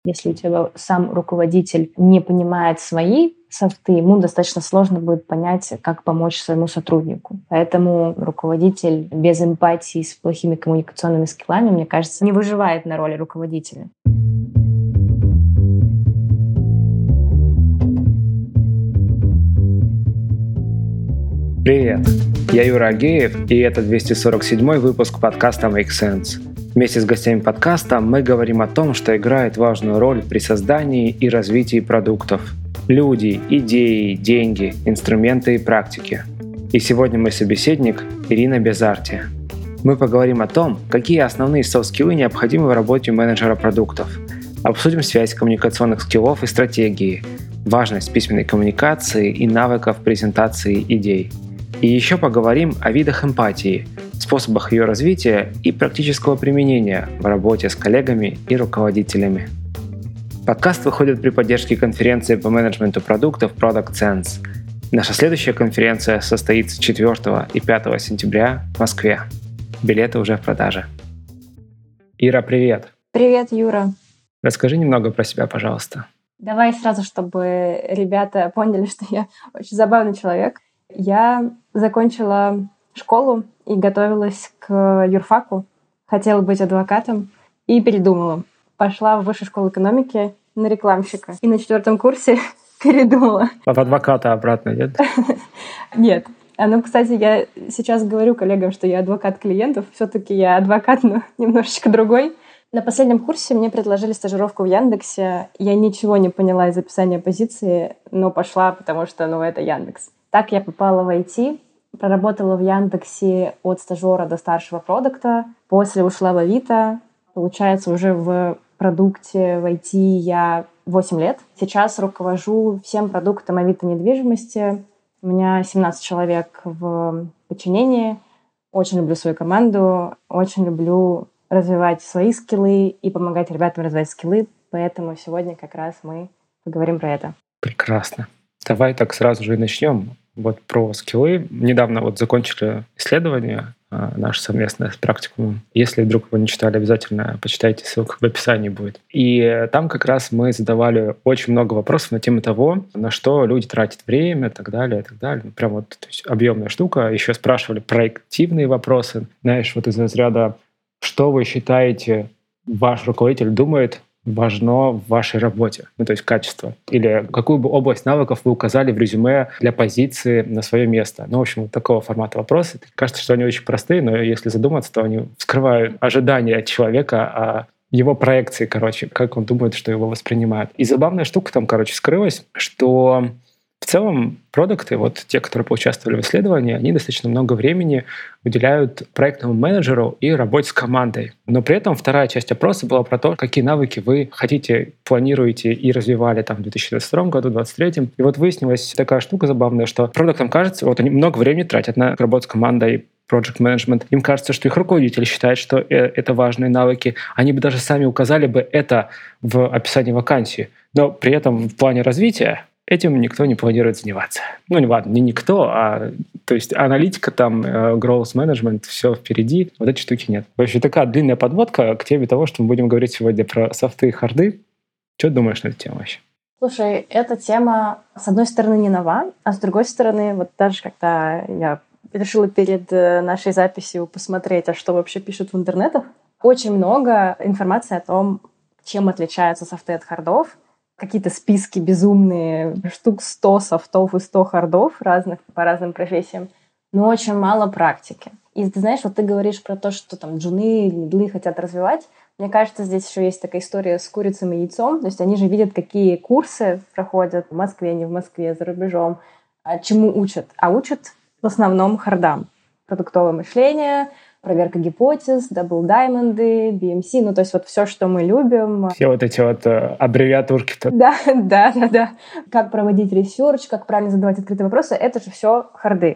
Если у тебя сам руководитель не понимает свои софты, ему достаточно сложно будет понять, как помочь своему сотруднику. Поэтому руководитель без эмпатии, с плохими коммуникационными скиллами, мне кажется, не выживает на роли руководителя. Привет, я Юра Агеев, и это 247-й выпуск подкаста Make Sense. Вместе с гостями подкаста мы говорим о том, что играет важную роль при создании и развитии продуктов. Люди, идеи, деньги, инструменты и практики. И сегодня мой собеседник Ирина Безарти. Мы поговорим о том, какие основные софт-скиллы необходимы в работе менеджера продуктов. Обсудим связь коммуникационных скиллов и стратегии, важность письменной коммуникации и навыков презентации идей. И еще поговорим о видах эмпатии, способах ее развития и практического применения в работе с коллегами и руководителями. Подкаст выходит при поддержке конференции по менеджменту продуктов Product Sense. Наша следующая конференция состоится 4 и 5 сентября в Москве. Билеты уже в продаже. Ира, привет! Привет, Юра! Расскажи немного про себя, пожалуйста. Давай сразу, чтобы ребята поняли, что я очень забавный человек. Я закончила школу и готовилась к юрфаку. Хотела быть адвокатом и передумала. Пошла в высшую школу экономики на рекламщика. И на 4 курсе передумала. В адвоката обратно, нет? Нет. Кстати, я сейчас говорю коллегам, что я адвокат клиентов. Все-таки я адвокат, но немножечко другой. На последнем курсе мне предложили стажировку в Яндексе. Я ничего не поняла из описания позиции, но пошла, потому что, это Яндекс. Так я попала в IT, проработала в Яндексе от стажера до старшего продукта, после ушла в Авито. Получается, уже в продукте в IT я 8 лет. Сейчас руковожу всем продуктом Авито недвижимости. У меня 17 человек в подчинении. Очень люблю свою команду, очень люблю развивать свои скиллы и помогать ребятам развивать скиллы. Поэтому сегодня как раз мы поговорим про это. Прекрасно. Давай так сразу же и начнем. Про скиллы. Недавно закончили исследование наше совместное с практикумом. Если вдруг вы не читали, обязательно почитайте, ссылка в описании будет. И там как раз мы задавали очень много вопросов на тему того, на что люди тратят время и так далее, и так далее. Прям то есть объемная штука. Еще спрашивали проективные вопросы. Знаешь, из разряда, что вы считаете, ваш руководитель думает, важно в вашей работе, то есть качество. Или какую бы область навыков вы указали в резюме для позиции на свое место. В общем, такого формата вопросы. Кажется, что они очень простые, но если задуматься, то они вскрывают ожидания от человека о его проекции, как он думает, что его воспринимают. И забавная штука там, скрылась, что в целом продукты, те, которые поучаствовали в исследовании, они достаточно много времени уделяют проектному менеджеру и работе с командой. Но при этом вторая часть опроса была про то, какие навыки вы хотите, планируете и развивали в 2022 году, 2023. И выяснилась такая штука забавная, что продуктам кажется, они много времени тратят на работу с командой, project management. Им кажется, что их руководитель считает, что это важные навыки. Они бы даже сами указали бы это в описании вакансии. Но при этом в плане развития этим никто не планирует заниматься. Не никто, то есть аналитика growth management, все впереди, этой штуки нет. В общем, такая длинная подводка к теме того, что мы будем говорить сегодня про софты и харды. Что думаешь на эту тему вообще? Слушай, эта тема, с одной стороны, не нова, а с другой стороны, даже когда я решила перед нашей записью посмотреть, а что вообще пишут в интернетах, очень много информации о том, чем отличаются софты от хардов, какие-то списки безумные, штук 100 софтов и 100 хардов разных по разным профессиям, но очень мало практики. И ты знаешь, ты говоришь про то, что джуны, лидлы хотят развивать. Мне кажется, здесь еще есть такая история с курицей и яйцом. То есть они же видят, какие курсы проходят в Москве, не в Москве, за рубежом, чему учат. А учат в основном хардам. Продуктовое мышление, проверка гипотез, дабл-даймонды, BMC, то есть все, что мы любим. Все эти аббревиатурки-то. Да. Как проводить ресерч, как правильно задавать открытые вопросы, это же все харды.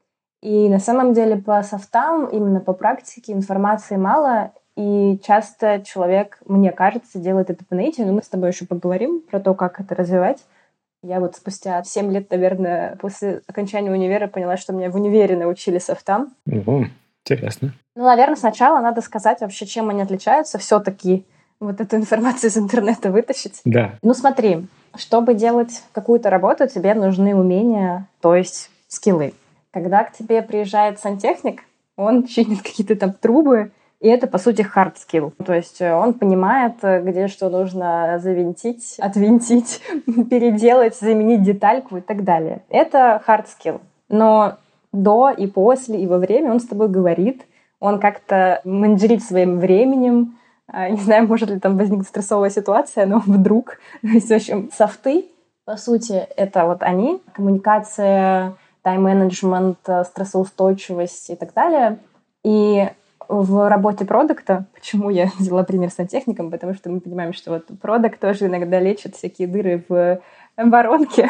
И на самом деле по софтам, именно по практике информации мало, и часто человек, мне кажется, делает это по наитию, но мы с тобой еще поговорим про то, как это развивать. Я спустя 7 лет, наверное, после окончания универа поняла, что меня в универе научили софтам. Интересно. Наверное, сначала надо сказать вообще, чем они отличаются. Все-таки вот эту информацию из интернета вытащить. Да. Ну смотри, чтобы делать какую-то работу, тебе нужны умения, то есть скиллы. Когда к тебе приезжает сантехник, он чинит какие-то там трубы, и это, по сути, hard skill. То есть он понимает, где что нужно завинтить, отвинтить, переделать, заменить детальку и так далее. Это hard skill. Но до и после, и во время он с тобой говорит, он как-то менеджерит своим временем. Не знаю, может ли там возникнуть стрессовая ситуация, но вдруг. То есть, в общем, софты, по сути, это вот они. Коммуникация, тайм-менеджмент, стрессоустойчивость и так далее. И в работе продукта, почему я взяла пример с сантехником, потому что мы понимаем, что вот продукт тоже иногда лечит всякие дыры в воронке.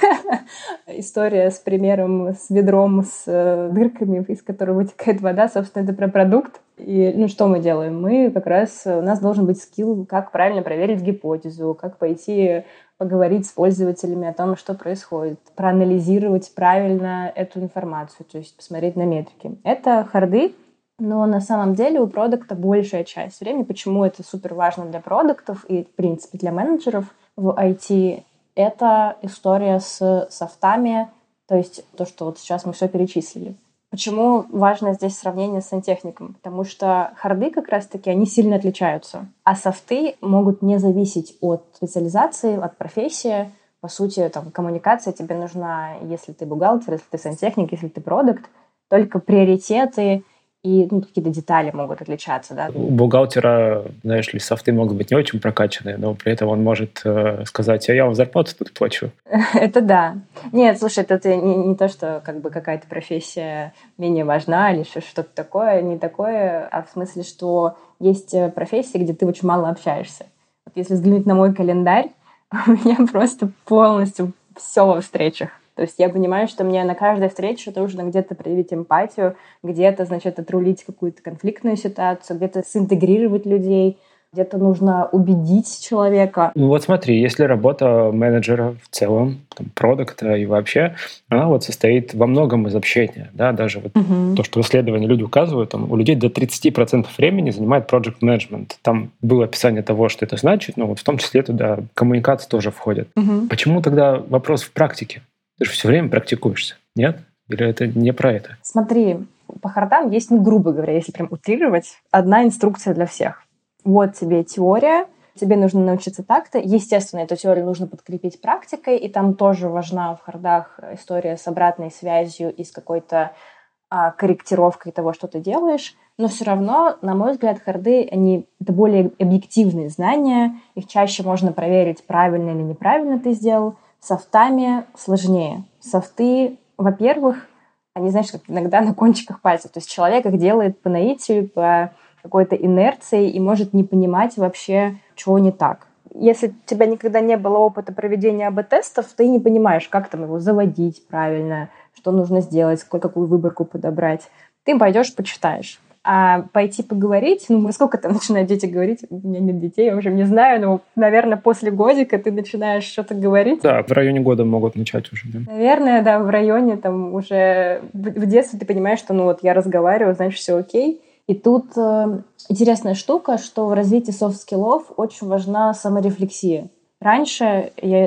История с примером, с ведром, с дырками, из которого вытекает вода, собственно, это про продукт. И что мы делаем? Мы как раз, у нас должен быть скилл, как правильно проверить гипотезу, как пойти поговорить с пользователями о том, что происходит, проанализировать правильно эту информацию, то есть посмотреть на метрики. Это харды, но на самом деле у продукта большая часть времени. Почему это супер важно для продуктов и, в принципе, для менеджеров в IT? Это история с софтами, то есть то, что вот сейчас мы все перечислили. Почему важно здесь сравнение с сантехником? Потому что харды как раз-таки, они сильно отличаются. А софты могут не зависеть от специализации, от профессии. По сути, там, коммуникация тебе нужна, если ты бухгалтер, если ты сантехник, если ты продукт. Только приоритеты и какие-то детали могут отличаться. Да? У бухгалтера, знаешь ли, софты могут быть не очень прокачанные, но при этом он может сказать, а я вам зарплату тут плачу. Это да. Нет, слушай, это не то, что как бы какая-то профессия менее важна или что-то такое, не такое, а в смысле, что есть профессии, где ты очень мало общаешься. Вот если взглянуть на мой календарь, у меня просто полностью все во встречах. То есть я понимаю, что мне на каждой встрече нужно где-то проявить эмпатию, где-то, значит, отрулить какую-то конфликтную ситуацию, где-то синтегрировать людей, где-то нужно убедить человека. Ну вот смотри, если работа менеджера в целом, продукта и вообще, она вот состоит во многом из общения, да, даже вот то, что исследования люди указывают, там, у людей до 30% времени занимает project management. Там было описание того, что это значит, но вот в том числе туда коммуникация тоже входит. Почему тогда вопрос в практике? Ты же все время практикуешься, нет? Или это не про это? Смотри, по хардам есть, грубо говоря, если прям утрировать, одна инструкция для всех. Вот тебе теория, тебе нужно научиться так-то. Естественно, эту теорию нужно подкрепить практикой, и там тоже важна в хардах история с обратной связью и с какой-то корректировкой того, что ты делаешь. Но все равно, на мой взгляд, харды, это более объективные знания. Их чаще можно проверить, правильно или неправильно ты сделал. Софтами сложнее. Софты, во-первых, они, знаешь, как иногда на кончиках пальцев. То есть человек их делает по наитию, по какой-то инерции и может не понимать вообще, чего не так. Если у тебя никогда не было опыта проведения АБ-тестов, ты не понимаешь, как там его заводить правильно, что нужно сделать, какую выборку подобрать. Ты пойдешь, почитаешь. А пойти поговорить, сколько там начинают дети говорить? У меня нет детей, я уже не знаю, но, наверное, после годика ты начинаешь что-то говорить. Да, в районе года могут начать уже. Да. Наверное, да, в районе там уже в детстве ты понимаешь, что я разговариваю, значит, все окей. И тут интересная штука, что в развитии софт-скиллов очень важна саморефлексия. Раньше я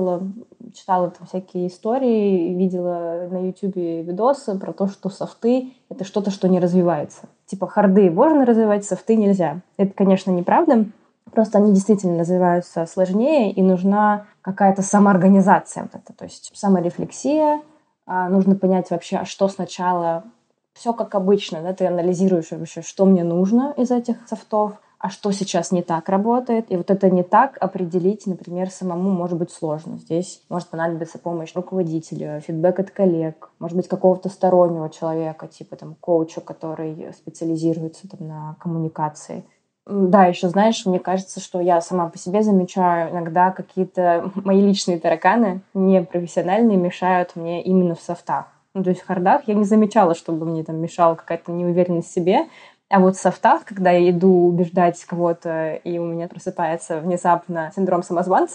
читала там всякие истории, видела на Ютубе видосы про то, что софты — это что-то, что не развивается. Типа харды можно развивать, софты нельзя. Это, конечно, неправда. Просто они действительно развиваются сложнее, и нужна какая-то самоорганизация. То есть саморефлексия. Нужно понять вообще, что сначала... Все как обычно, да, ты анализируешь вообще, что мне нужно из этих софтов, а что сейчас не так работает. И вот это не так определить, например, самому может быть сложно. Здесь может понадобиться помощь руководителя, фидбэк от коллег, может быть, какого-то стороннего человека, типа там коуча, который специализируется там на коммуникации. Да, еще, знаешь, мне кажется, что я сама по себе замечаю иногда какие-то мои личные тараканы, непрофессиональные, мешают мне именно в софтах. То есть в хардах я не замечала, чтобы мне там мешала какая-то неуверенность в себе. А вот в софтах, когда я иду убеждать кого-то, и у меня просыпается внезапно синдром самозванца,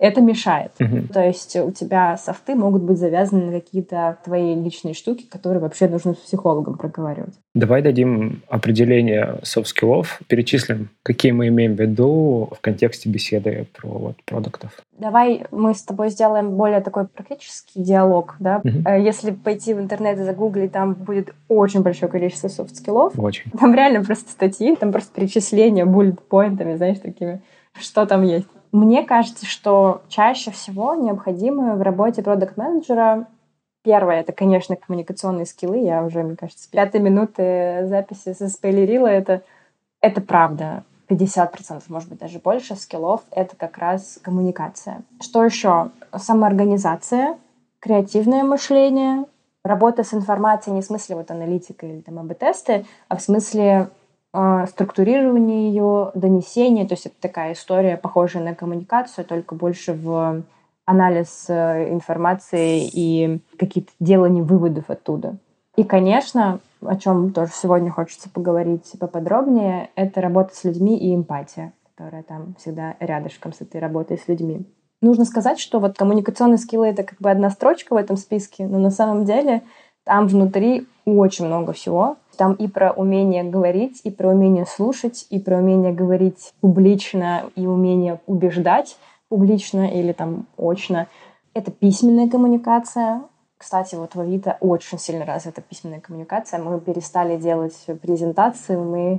это мешает. Мгм. То есть у тебя софты могут быть завязаны на какие-то твои личные штуки, которые вообще нужно с психологом проговаривать. Давай дадим определение софт-скиллов, перечислим, какие мы имеем в виду в контексте беседы про продуктов. Давай мы с тобой сделаем более такой практический диалог, да? Мгм. Если пойти в интернет и загуглить, там будет очень большое количество софт-скиллов. Очень. Там реально просто статьи, там просто перечисления буллет-поинтами, знаешь, такими, что там есть. Мне кажется, что чаще всего необходимы в работе продакт-менеджера первое — это, конечно, коммуникационные скиллы. Я уже, мне кажется, с 5 минуты записи заспойлерила это. Это правда. 50%, может быть, даже больше скиллов — это как раз коммуникация. Что еще? Самоорганизация, креативное мышление, работа с информацией не в смысле вот аналитика или там АБ-тесты, а в смысле структурирования ее, донесения. То есть это такая история, похожая на коммуникацию, только больше в анализ информации и какие-то делания выводов оттуда. И, конечно, о чем тоже сегодня хочется поговорить поподробнее, это работа с людьми и эмпатия, которая там всегда рядышком с этой работой с людьми. Нужно сказать, что вот коммуникационные скиллы — это как бы одна строчка в этом списке, но на самом деле там внутри очень много всего. Там и про умение говорить, и про умение слушать, и про умение говорить публично, и умение убеждать публично или там очно. Это письменная коммуникация. Кстати, вот в Авито очень сильно развита письменная коммуникация. Мы перестали делать презентации, мы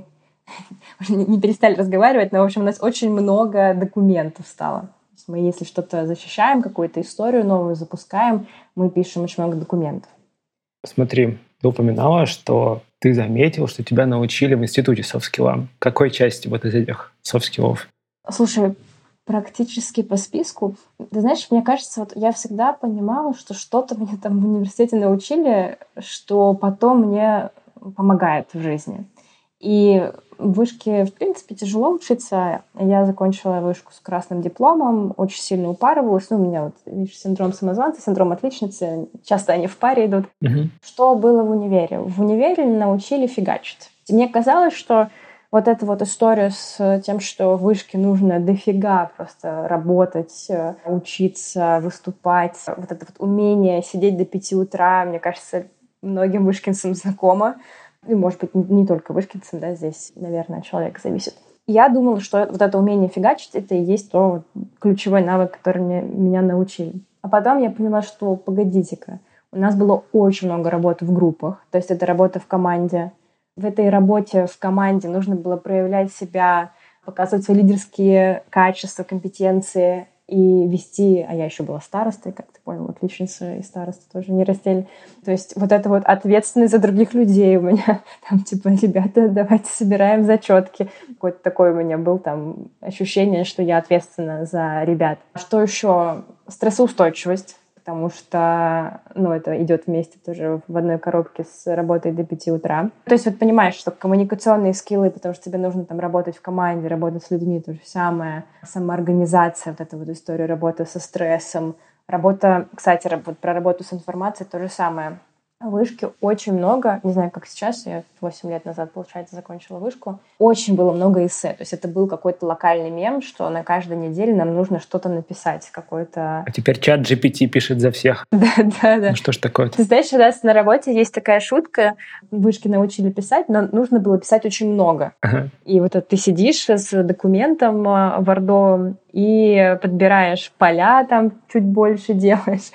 не перестали разговаривать, но, в общем, у нас очень много документов стало. То есть мы, если что-то защищаем, какую-то историю новую запускаем, мы пишем очень много документов. Смотри, ты упоминала, что ты заметил, что тебя научили в институте софт-скиллам. Какой части вот из этих софт-скиллов? Слушай, практически по списку. Ты знаешь, мне кажется, вот я всегда понимала, что что-то мне там в университете научили, что потом мне помогает в жизни. И в вышке, в принципе, тяжело учиться. Я закончила вышку с красным дипломом, очень сильно упарывалась. Ну, у меня вот, видишь, синдром самозванца, синдром отличницы. Часто они в паре идут. Мгм. Что было в универе? В универе научили фигачить. И мне казалось, что вот эта вот история с тем, что в вышке нужно дофига просто работать, учиться, выступать, вот это вот умение сидеть до 5 утра, мне кажется, многим вышкинцам знакомо. И, может быть, не только вышкинцам, да, здесь, наверное, от человека зависит. Я думала, что вот это умение фигачить — это и есть то ключевой навык, который меня научили. А потом я поняла, что погодите-ка, у нас было очень много работы в группах, то есть это работа в команде. В этой работе в команде нужно было проявлять себя, показывать свои лидерские качества, компетенции и вести, а я еще была старостой, как ты понял, отличница и староста тоже не раздельно. То есть вот это вот ответственность за других людей у меня, там типа, ребята, давайте собираем зачетки. Какое-то такое у меня было там ощущение, что я ответственна за ребят. Что еще? Стрессоустойчивость. Потому что, это идет вместе тоже в одной коробке с работой до 5 утра. То есть вот понимаешь, что коммуникационные скиллы, потому что тебе нужно там работать в команде, работать с людьми, то же самое. Самоорганизация, вот эта вот история работы со стрессом. Работа, кстати, вот про работу с информацией то же самое. В вышке очень много, не знаю, как сейчас, я 8 лет назад, получается, закончила вышку, очень было много эссе. То есть это был какой-то локальный мем, что на каждой неделе нам нужно что-то написать, какой-то... А теперь чат GPT пишет за всех. Да. Ну что ж такое? Ты знаешь, у нас на работе есть такая шутка, вышки научили писать, но нужно было писать очень много. Ага. И вот ты сидишь с документом вардовым и подбираешь поля, там чуть больше делаешь.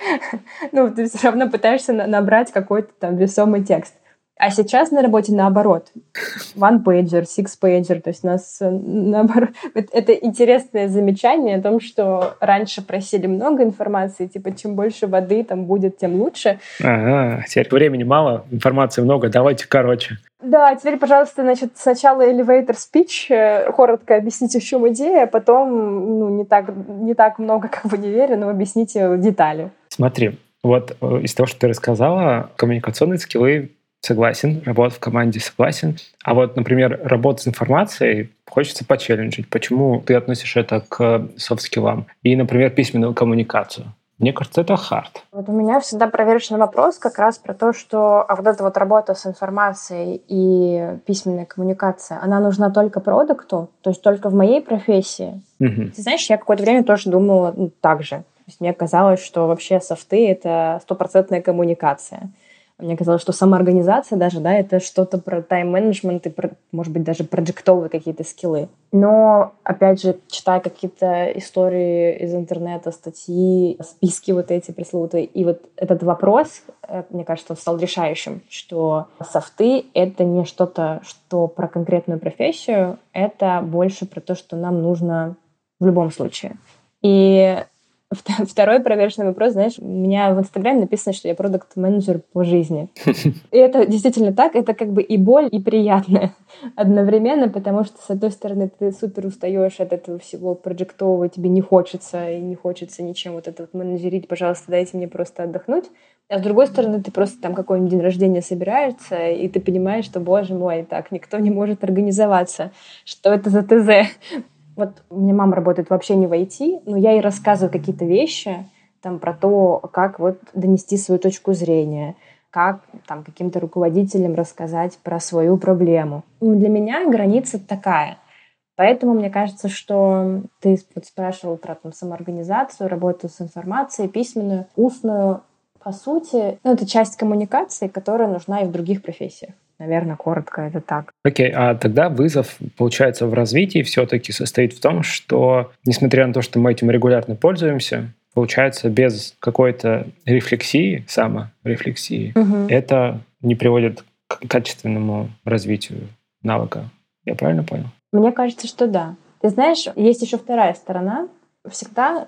Ты все равно пытаешься набрать какой-то там весомый текст. А сейчас на работе наоборот. One-pager, six-pager. То есть у нас наоборот. Это интересное замечание о том, что раньше просили много информации, типа чем больше воды там будет, тем лучше. Ага, теперь времени мало, информации много, давайте короче. Да, теперь, пожалуйста, сначала elevator speech, коротко объясните, в чем идея, а потом, не так много, как в универе, но объясните детали. Смотри, вот из того, что ты рассказала, коммуникационные скиллы согласен, работа в команде согласен. А вот, например, работа с информацией хочется почелленджить. Почему ты относишь это к софт-скиллам? И, например, письменную коммуникацию. Мне кажется, это хард. Вот у меня всегда проверочный вопрос как раз про то, что вот эта вот работа с информацией и письменная коммуникация, она нужна только продукту, то есть только в моей профессии. Мгм. Ты знаешь, я какое-то время тоже думала так же. То есть мне казалось, что вообще софты — это стопроцентная коммуникация. Мне казалось, что самоорганизация даже, да, это что-то про тайм-менеджмент и, может быть, даже проджектовые какие-то скиллы. Но, опять же, читая какие-то истории из интернета, статьи, списки вот эти пресловутые, и вот этот вопрос, мне кажется, он стал решающим, что софты — это не что-то, что про конкретную профессию, это больше про то, что нам нужно в любом случае. И второй проверочный вопрос, знаешь, у меня в Инстаграме написано, что я продакт-менеджер по жизни. И это действительно так, это как бы и боль, и приятное одновременно, потому что, с одной стороны, ты супер устаешь от этого всего проджектового, тебе не хочется, и не хочется ничем вот это вот менеджерить, пожалуйста, дайте мне просто отдохнуть. А с другой стороны, ты просто там какой-нибудь день рождения собираешься, и ты понимаешь, что, боже мой, так, никто не может организоваться. Что это за ТЗ? Вот у меня мама работает вообще не в IT, но я ей рассказываю какие-то вещи там про то, как вот донести свою точку зрения, как там каким-то руководителям рассказать про свою проблему. Для меня граница такая. Поэтому мне кажется, что ты вот спрашивал про там, самоорганизацию, работу с информацией, письменную, устную. По сути, это часть коммуникации, которая нужна и в других профессиях. Наверное, коротко это так. Окей, а тогда вызов, получается, в развитии все-таки состоит в том, что, несмотря на то, что мы этим регулярно пользуемся, получается, без какой-то рефлексии, саморефлексии, это не приводит к качественному развитию навыка. Я правильно понял? Мне кажется, что да. Ты знаешь, есть еще вторая сторона. Всегда,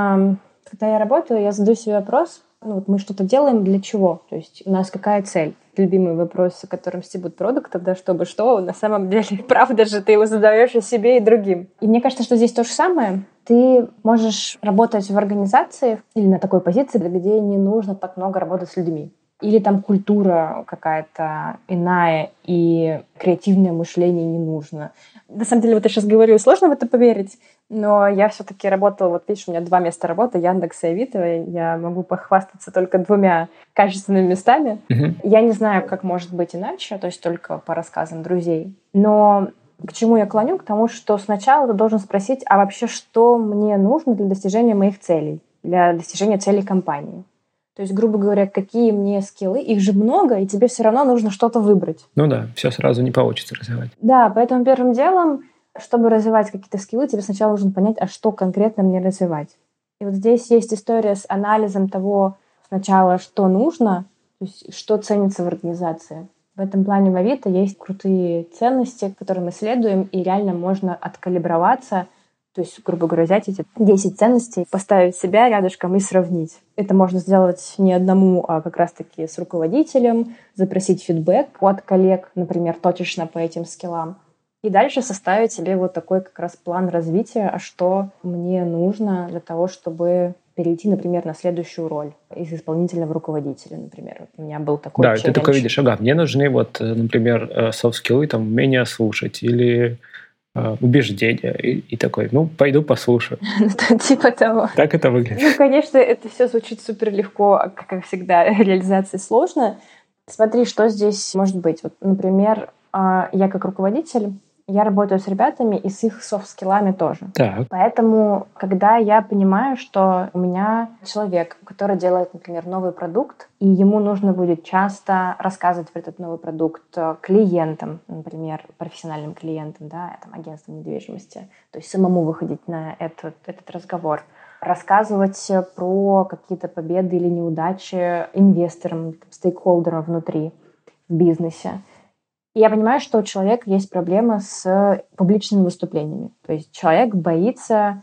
когда я работаю, я задаю себе вопрос, вот мы что-то делаем для чего? То есть у нас какая цель? Любимый вопрос, о котором стебут продуктов, да, чтобы что, на самом деле, правда же, ты его задаешь и себе, и другим. И мне кажется, что здесь то же самое. Ты можешь работать в организации или на такой позиции, где не нужно так много работать с людьми. Или там культура какая-то иная, и креативное мышление не нужно. На самом деле, вот я сейчас говорю, сложно в это поверить, но я все-таки работала, вот видишь, у меня 2 места работы, Яндекс и Авито, я могу похвастаться только 2 качественными местами. Я не знаю, как может быть иначе, то есть только по рассказам друзей. Но к чему я клоню? К тому, что сначала ты должен спросить, а вообще что мне нужно для достижения моих целей, для достижения целей компании. То есть, грубо говоря, какие мне скиллы, их же много, и тебе все равно нужно что-то выбрать. Ну да, все сразу не получится развивать. Да, поэтому первым делом, чтобы развивать какие-то скиллы, тебе сначала нужно понять, а что конкретно мне развивать. И вот здесь есть история с анализом того сначала, что нужно, то есть что ценится в организации. В этом плане в Авито есть крутые ценности, которые мы следуем, и реально можно откалиброваться. То есть, грубо говоря, взять эти 10 ценностей, поставить себя рядышком и сравнить. Это можно сделать не одному, а как раз-таки с руководителем, запросить фидбэк от коллег, например, точечно по этим скиллам. И дальше составить себе вот такой как раз план развития, а что мне нужно для того, чтобы перейти, например, на следующую роль из исполнительного руководителя, например. Вот у меня был такой Да, челлендж. ты только видишь, ага, мне нужны вот, например, софт-скиллы, там, умение слушать или убеждения, и такой, ну, пойду послушаю. Типа того. Так это выглядит. Ну, конечно, это все звучит супер легко, а как всегда, реализация сложно. Смотри, что здесь может быть. Вот, например, я как руководитель, я работаю с ребятами и с их софт-скиллами тоже. Так. Поэтому, когда я понимаю, что у меня человек, который делает, например, новый продукт, и ему нужно будет часто рассказывать про этот новый продукт клиентам, например, профессиональным клиентам, да, там, агентствам недвижимости, то есть самому выходить на этот разговор, рассказывать про какие-то победы или неудачи инвесторам, стейкхолдерам внутри в бизнесе. И я понимаю, что у человека есть проблема с публичными выступлениями. То есть человек боится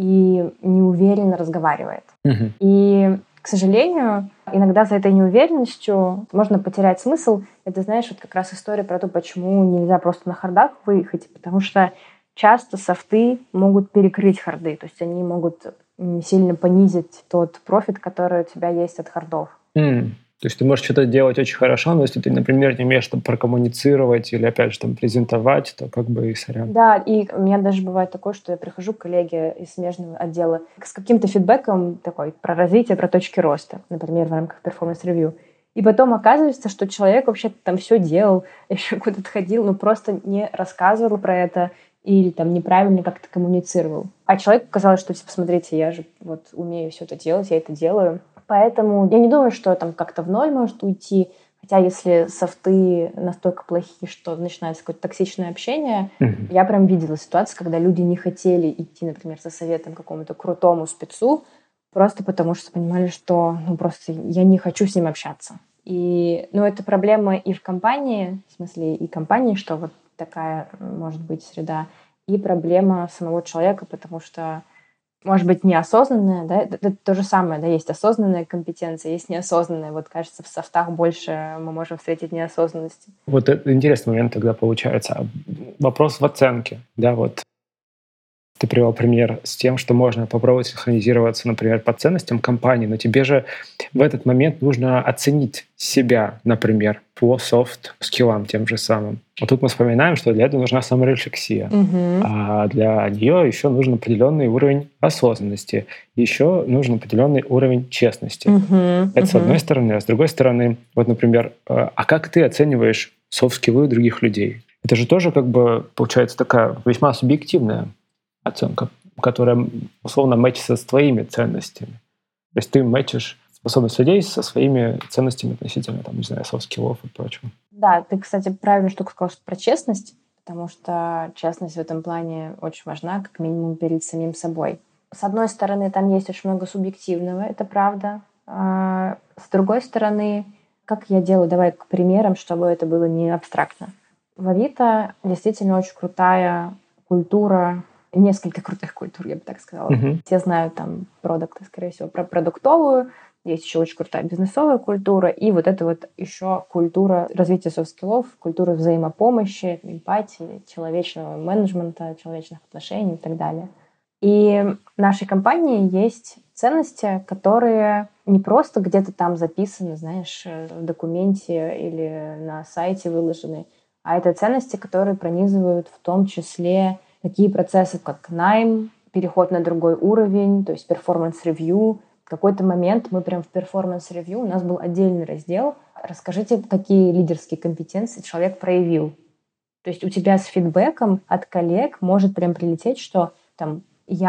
и неуверенно разговаривает. И, к сожалению, иногда за этой неуверенностью можно потерять смысл. Это, знаешь, вот как раз история про то, почему нельзя просто на хардах выехать, потому что часто софты могут перекрыть харды, то есть они могут сильно понизить тот профит, который у тебя есть от хардов. То есть ты можешь что-то делать очень хорошо, но если ты, например, не умеешь там прокоммуницировать или, опять же, там презентовать, то как бы и сорян. Да, и у меня даже бывает такое, что я прихожу к коллеге из смежного отдела с каким-то фидбэком такой про развитие, про точки роста, например, в рамках перформанс-ревью. И потом оказывается, что человек вообще там все делал, еще куда-то ходил, но просто не рассказывал про это или там неправильно как-то коммуницировал. А человеку казалось, что, типа, смотрите, я же вот умею все это делать, я это делаю. Поэтому я не думаю, что там как-то в ноль может уйти. Хотя если софты настолько плохие, что начинается какое-то токсичное общение, я прям видела ситуацию, когда люди не хотели идти, например, за советом к какому-то крутому спецу, просто потому что понимали, что просто я не хочу с ним общаться. И это проблема и в компании, в смысле и компании, что вот такая может быть среда, и проблема самого человека, потому что может быть, неосознанная, да, это то же самое, да, есть осознанная компетенция, есть неосознанная. Вот, кажется, в софтах больше мы можем встретить неосознанности. Вот это интересный момент тогда получается. Вопрос в оценке, да, вот. Ты привел пример с тем, что можно попробовать синхронизироваться, например, по ценностям компании, но тебе же в этот момент нужно оценить себя, например, по софт-скиллам тем же самым. Вот тут мы вспоминаем, что для этого нужна саморефлексия, а для нее еще нужен определенный уровень осознанности, еще нужен определенный уровень честности. Это с одной стороны, а с другой стороны, вот, например, а как ты оцениваешь софт-скиллы других людей? Это же тоже как бы получается такая весьма субъективная оценка, которая условно мэчится с твоими ценностями. То есть ты мэчишь способность людей со своими ценностями относительно, там, не знаю, софт-скиллов и прочего. Да, ты, кстати, правильную штуку сказал, что про честность, потому что честность в этом плане очень важна, как минимум перед самим собой. С одной стороны, там есть очень много субъективного, это правда. А с другой стороны, как я делаю, давай к примерам, чтобы это было не абстрактно. В Авито действительно очень крутая культура, несколько крутых культур, я бы так сказала. Все знают там продукты, скорее всего, про продуктовую, есть еще очень крутая бизнесовая культура, и вот это вот еще культура развития софт-скиллов, культура взаимопомощи, эмпатии, человечного менеджмента, человечных отношений и так далее. И в нашей компании есть ценности, которые не просто где-то там записаны, знаешь, в документе или на сайте выложены, а это ценности, которые пронизывают в том числе такие процессы, как найм, переход на другой уровень, то есть перформанс-ревью. В какой-то момент мы прям в перформанс-ревью, у нас был отдельный раздел. Расскажите, какие лидерские компетенции человек проявил. То есть у тебя с фидбэком от коллег может прям прилететь, что там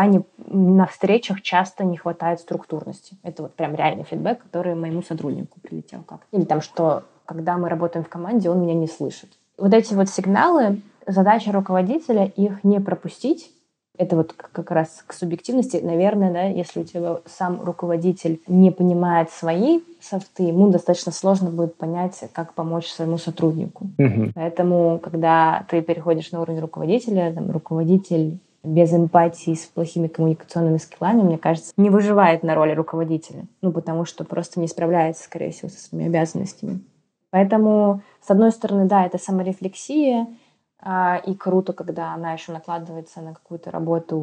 на встречах часто не хватает структурности. Это вот прям реальный фидбэк, который моему сотруднику прилетел как. Или там, что когда мы работаем в команде, он меня не слышит. Вот эти вот сигналы, задача руководителя их не пропустить. Это вот как раз к субъективности. Наверное, да, если у тебя сам руководитель не понимает свои софты, ему достаточно сложно будет понять, как помочь своему сотруднику. Поэтому, когда ты переходишь на уровень руководителя, там, руководитель без эмпатии, с плохими коммуникационными скиллами, мне кажется, не выживает на роли руководителя. Потому что просто не справляется, скорее всего, со своими обязанностями. Поэтому, с одной стороны, да, это саморефлексия, и круто, когда она еще накладывается на какую-то работу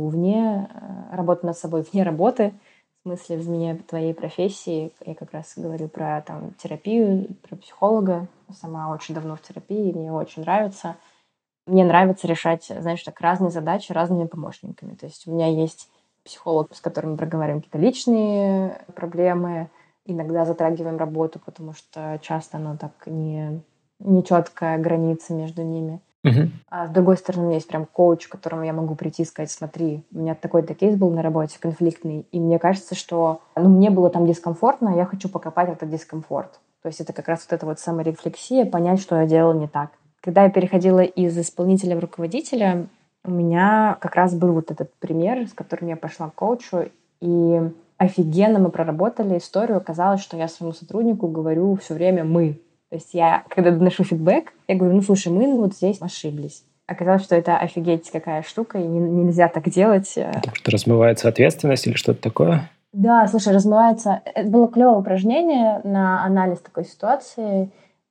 работу над собой вне работы, в смысле вне твоей профессии. Я как раз говорю про там, терапию, про психолога. Сама очень давно в терапии, мне очень нравится. Мне нравится решать, знаешь, так разные задачи разными помощниками. То есть у меня есть психолог, с которым мы проговариваем какие-то личные проблемы, иногда затрагиваем работу, потому что часто оно так не четкая граница между ними. А с другой стороны, у меня есть прям коуч, к которому я могу прийти и сказать: смотри, у меня такой-то кейс был на работе, конфликтный, и мне кажется, что мне было там дискомфортно, а я хочу покопать этот дискомфорт. То есть это как раз вот эта вот саморефлексия, понять, что я делала не так. Когда я переходила из исполнителя в руководителя, у меня как раз был вот этот пример, с которым я пошла к коучу, и офигенно мы проработали историю. Оказалось, что я своему сотруднику говорю все время «мы». То есть я, когда доношу фидбэк, я говорю: слушай, мы вот здесь ошиблись. Оказалось, что это офигеть какая штука, и нельзя так делать. Потому что размывается ответственность или что-то такое? Да, слушай, размывается. Это было клевое упражнение на анализ такой ситуации,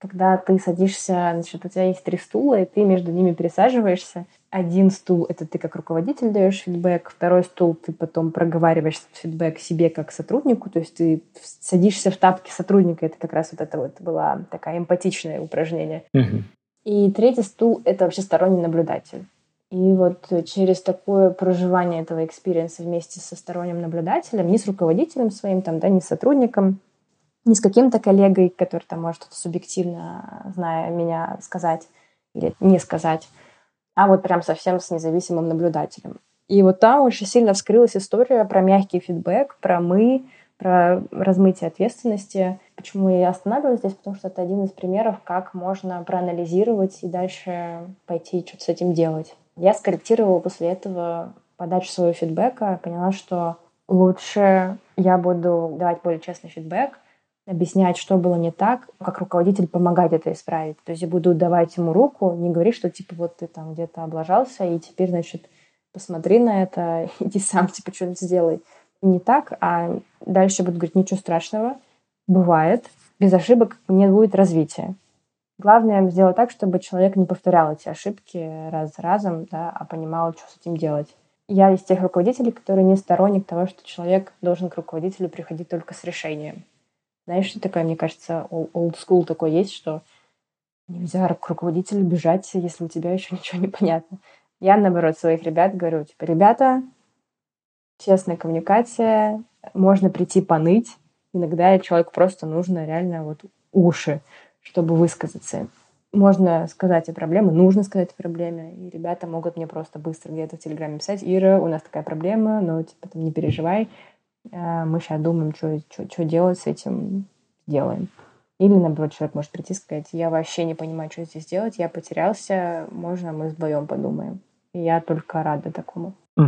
когда ты садишься, значит, у тебя есть 3 стула, и ты между ними пересаживаешься. Один стул — это ты как руководитель даешь фидбэк, второй стул — ты потом проговариваешь фидбэк себе как сотруднику, то есть ты садишься в тапки сотрудника, это как раз вот это вот было такое эмпатичное упражнение. И третий стул — это вообще сторонний наблюдатель. И вот через такое проживание этого экспириенса вместе со сторонним наблюдателем, не с руководителем своим, там, да, не с сотрудником, не с каким-то коллегой, который там может что-то субъективно, зная меня, сказать или не сказать, а вот прям совсем с независимым наблюдателем. И вот там очень сильно вскрылась история про мягкий фидбэк, про про размытие ответственности. Почему я останавливаюсь здесь? Потому что это один из примеров, как можно проанализировать и дальше пойти что-то с этим делать. Я скорректировала после этого подачу своего фидбэка, поняла, что лучше я буду давать более честный фидбэк, объяснять, что было не так, как руководитель помогать это исправить. То есть я буду давать ему руку, не говорить, что типа вот ты там где-то облажался, и теперь, значит, посмотри на это, иди сам типа что-нибудь сделай. Не так, а дальше буду говорить, ничего страшного, бывает, без ошибок не будет развития. Главное сделать так, чтобы человек не повторял эти ошибки раз за разом, да, а понимал, что с этим делать. Я из тех руководителей, которые не сторонник того, что человек должен к руководителю приходить только с решением. Знаешь, что такое, мне кажется, old school такой есть, что нельзя к руководителю бежать, если у тебя еще ничего не понятно. Я, наоборот, своих ребят говорю, типа, ребята, честная коммуникация, можно прийти поныть. Иногда человеку просто нужно реально вот уши, чтобы высказаться. Можно сказать о проблеме, нужно сказать о проблеме, и ребята могут мне просто быстро где-то в Телеграме писать: Ира, у нас такая проблема, но типа там не переживай, мы сейчас думаем, что делать с этим, делаем. Или, наоборот, человек может прийти и сказать: я вообще не понимаю, что здесь делать, я потерялся, можно мы вдвоем подумаем. И я только рада такому.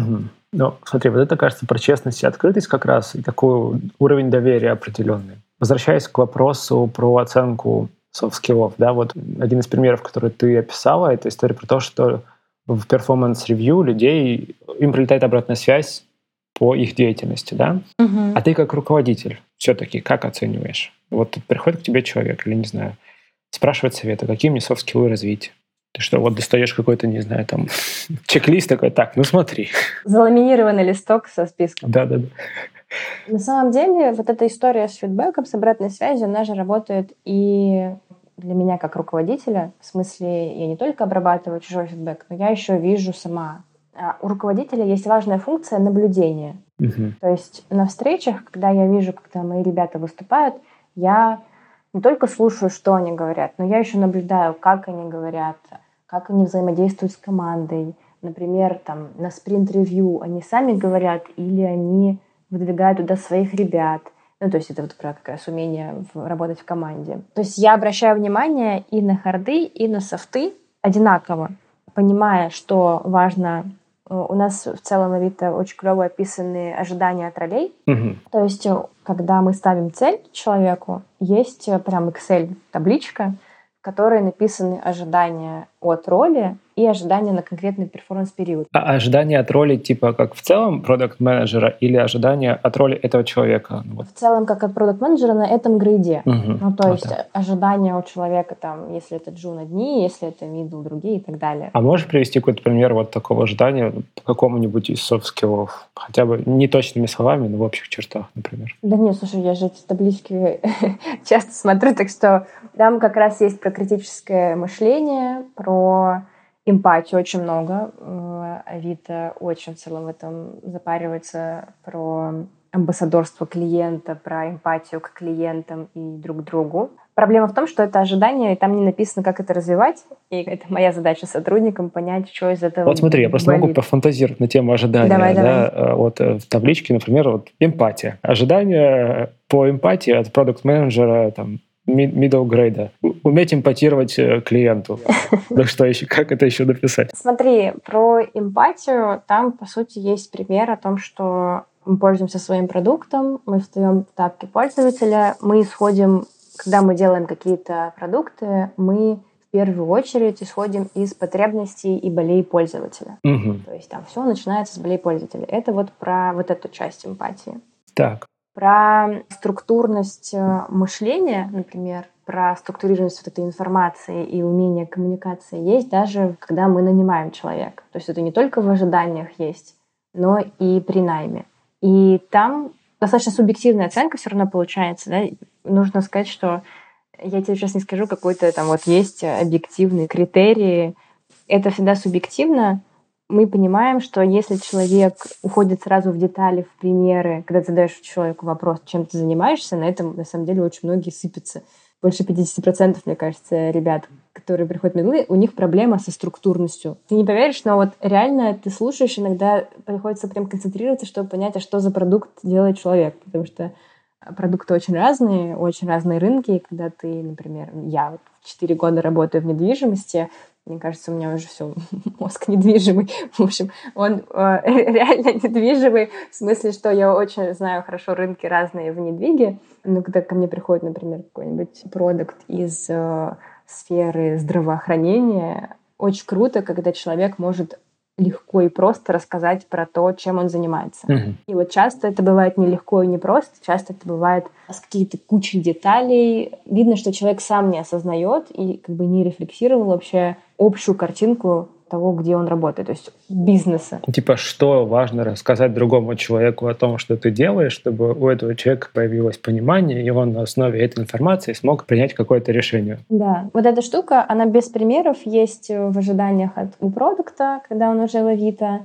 Ну, смотри, вот это, кажется, про честность и открытость как раз, и такой уровень доверия определенный. Возвращаясь к вопросу про оценку софт-скиллов, да, вот один из примеров, который ты описала, это история про то, что в перформанс-ревью людей, им прилетает обратная связь по их деятельности, да? А ты как руководитель все-таки как оцениваешь? Вот тут приходит к тебе человек, или, не знаю, спрашивает совета, какие мне софт-скиллы развить? Ты что, вот достаешь какой-то, не знаю, там, чек-лист такой, так, ну смотри. Заламинированный листок со списком. Да-да-да. На самом деле, вот эта история с фидбэком, с обратной связью, она же работает и для меня как руководителя. В смысле, я не только обрабатываю чужой фидбэк, но я еще вижу сама. У руководителя есть важная функция наблюдения. То есть на встречах, когда я вижу, когда мои ребята выступают, я не только слушаю, что они говорят, но я еще наблюдаю, как они говорят, как они взаимодействуют с командой. Например, там, на спринт-ревью они сами говорят или они выдвигают туда своих ребят. Ну, то есть это вот про как раз умение работать в команде. То есть я обращаю внимание и на харды, и на софты одинаково, понимая, что важно. У нас в целом на Авито очень клево описаны ожидания от ролей. То есть, когда мы ставим цель человеку, есть прям Excel-табличка, в которой написаны ожидания от роли и ожидания на конкретный перформанс-период. А ожидания от роли типа как в целом продакт-менеджера или ожидания от роли этого человека? В целом, как от продакт-менеджера на этом грейде. Ну, то есть ожидания у человека, там, если это джун одни, если это мидл другие и так далее. А можешь привести какой-то пример вот такого ожидания по какому-нибудь из софт-скиллов? Хотя бы не точными словами, но в общих чертах, например. Да нет, слушай, я же эти таблички часто смотрю, так что там как раз есть про критическое мышление, про эмпатию очень много. Авито очень в целом в этом запаривается, про амбассадорство клиента, про эмпатию к клиентам и друг другу. Проблема в том, что это ожидание, и там не написано, как это развивать, и это моя задача сотрудникам понять, что из этого Вот смотри, я просто могу пофантазировать на тему ожидания. Давай. Вот в табличке, например, вот эмпатия. Ожидание по эмпатии от продакт-менеджера, там, middle grade. Уметь эмпатировать клиенту. Ну что еще, как это еще написать? Смотри, про эмпатию там, по сути, есть пример о том, что мы пользуемся своим продуктом, мы встаем в тапки пользователя, мы исходим, когда мы делаем какие-то продукты, мы в первую очередь исходим из потребностей и болей пользователя. То есть там все начинается с болей пользователя. Это вот про вот эту часть эмпатии. Так. Про структурность мышления, например, про структурированность вот этой информации и умение коммуникации есть даже когда мы нанимаем человека. То есть это не только в ожиданиях есть, но и при найме. И там достаточно субъективная оценка все равно получается. Да? Нужно сказать, что я тебе сейчас не скажу, какой-то там вот есть объективные критерии. Это всегда субъективно. Мы понимаем, что если человек уходит сразу в детали, в примеры, когда ты задаешь человеку вопрос, чем ты занимаешься, на этом, на самом деле, очень многие сыпятся. Больше 50%, мне кажется, ребят, которые приходят в медлы, у них проблема со структурностью. Ты не поверишь, но вот реально ты слушаешь, иногда приходится прям концентрироваться, чтобы понять, а что за продукт делает человек. Потому что продукты очень разные рынки. И когда ты, например, я вот 4 года работаю в недвижимости, мне кажется, у меня уже все, мозг недвижимый. В общем, он реально недвижимый, в смысле, что я очень знаю хорошо рынки разные в недвиге. Но когда ко мне приходит, например, какой-нибудь продукт из сферы здравоохранения, очень круто, когда человек может легко и просто рассказать про то, чем он занимается. И вот часто это бывает нелегко и непросто, часто это бывает с какие-то кучей деталей. Видно, что человек сам не осознает и как бы не рефлексировал вообще общую картинку того, где он работает, то есть бизнеса. Типа, что важно рассказать другому человеку о том, что ты делаешь, чтобы у этого человека появилось понимание, и он на основе этой информации смог принять какое-то решение. Да, вот эта штука, она без примеров есть в ожиданиях у продукта, когда он уже в Авито.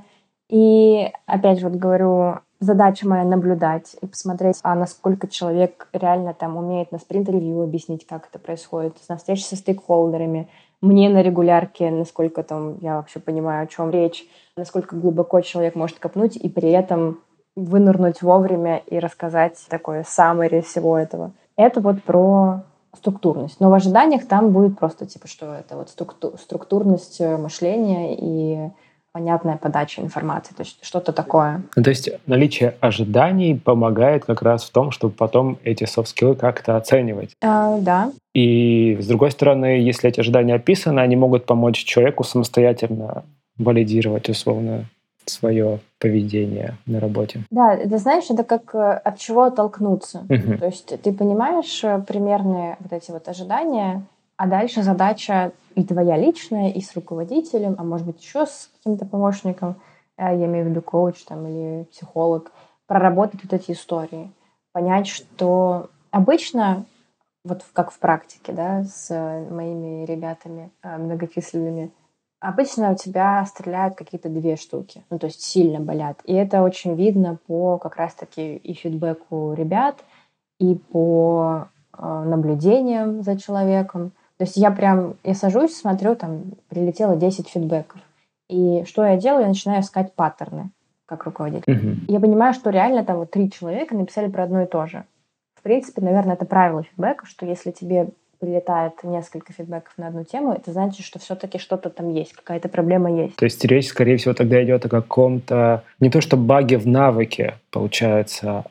И опять же, вот говорю, задача моя наблюдать и посмотреть, насколько человек реально там умеет на спринт-ревью объяснить, как это происходит, на встрече со стейкхолдерами, мне на регулярке, насколько там я вообще понимаю, о чем речь, насколько глубоко человек может копнуть и при этом вынырнуть вовремя и рассказать такое summary всего этого. Это вот про структурность. Но в ожиданиях там будет просто типа, что это вот структурность мышления и понятная подача информации, то есть что-то такое. Ну, то есть наличие ожиданий помогает как раз в том, чтобы потом эти софт-скиллы как-то оценивать. Да. И с другой стороны, если эти ожидания описаны, они могут помочь человеку самостоятельно валидировать условно свое поведение на работе. Да, ты знаешь, это как от чего оттолкнуться. То есть ты понимаешь примерные вот эти вот ожидания, а дальше задача и твоя личная, и с руководителем, а может быть еще с каким-то помощником, я имею в виду коуч там, или психолог, проработать вот эти истории. Понять, что обычно, вот как в практике, да, с моими ребятами многочисленными, обычно у тебя стреляют какие-то 2 штуки, ну, то есть сильно болят. И это очень видно по как раз-таки и фидбэку ребят, и по наблюдениям за человеком. То есть я сажусь, смотрю, там прилетело 10 фидбэков. И что я делаю? Я начинаю искать паттерны как руководитель. Я понимаю, что реально там вот 3 человека написали про одно и то же. В принципе, наверное, это правило фидбэка, что если тебе прилетает несколько фидбэков на одну тему, это значит, что все-таки что-то там есть, какая-то проблема есть. То есть речь, скорее всего, тогда идет о каком-то, не то что баге в навыке, получается,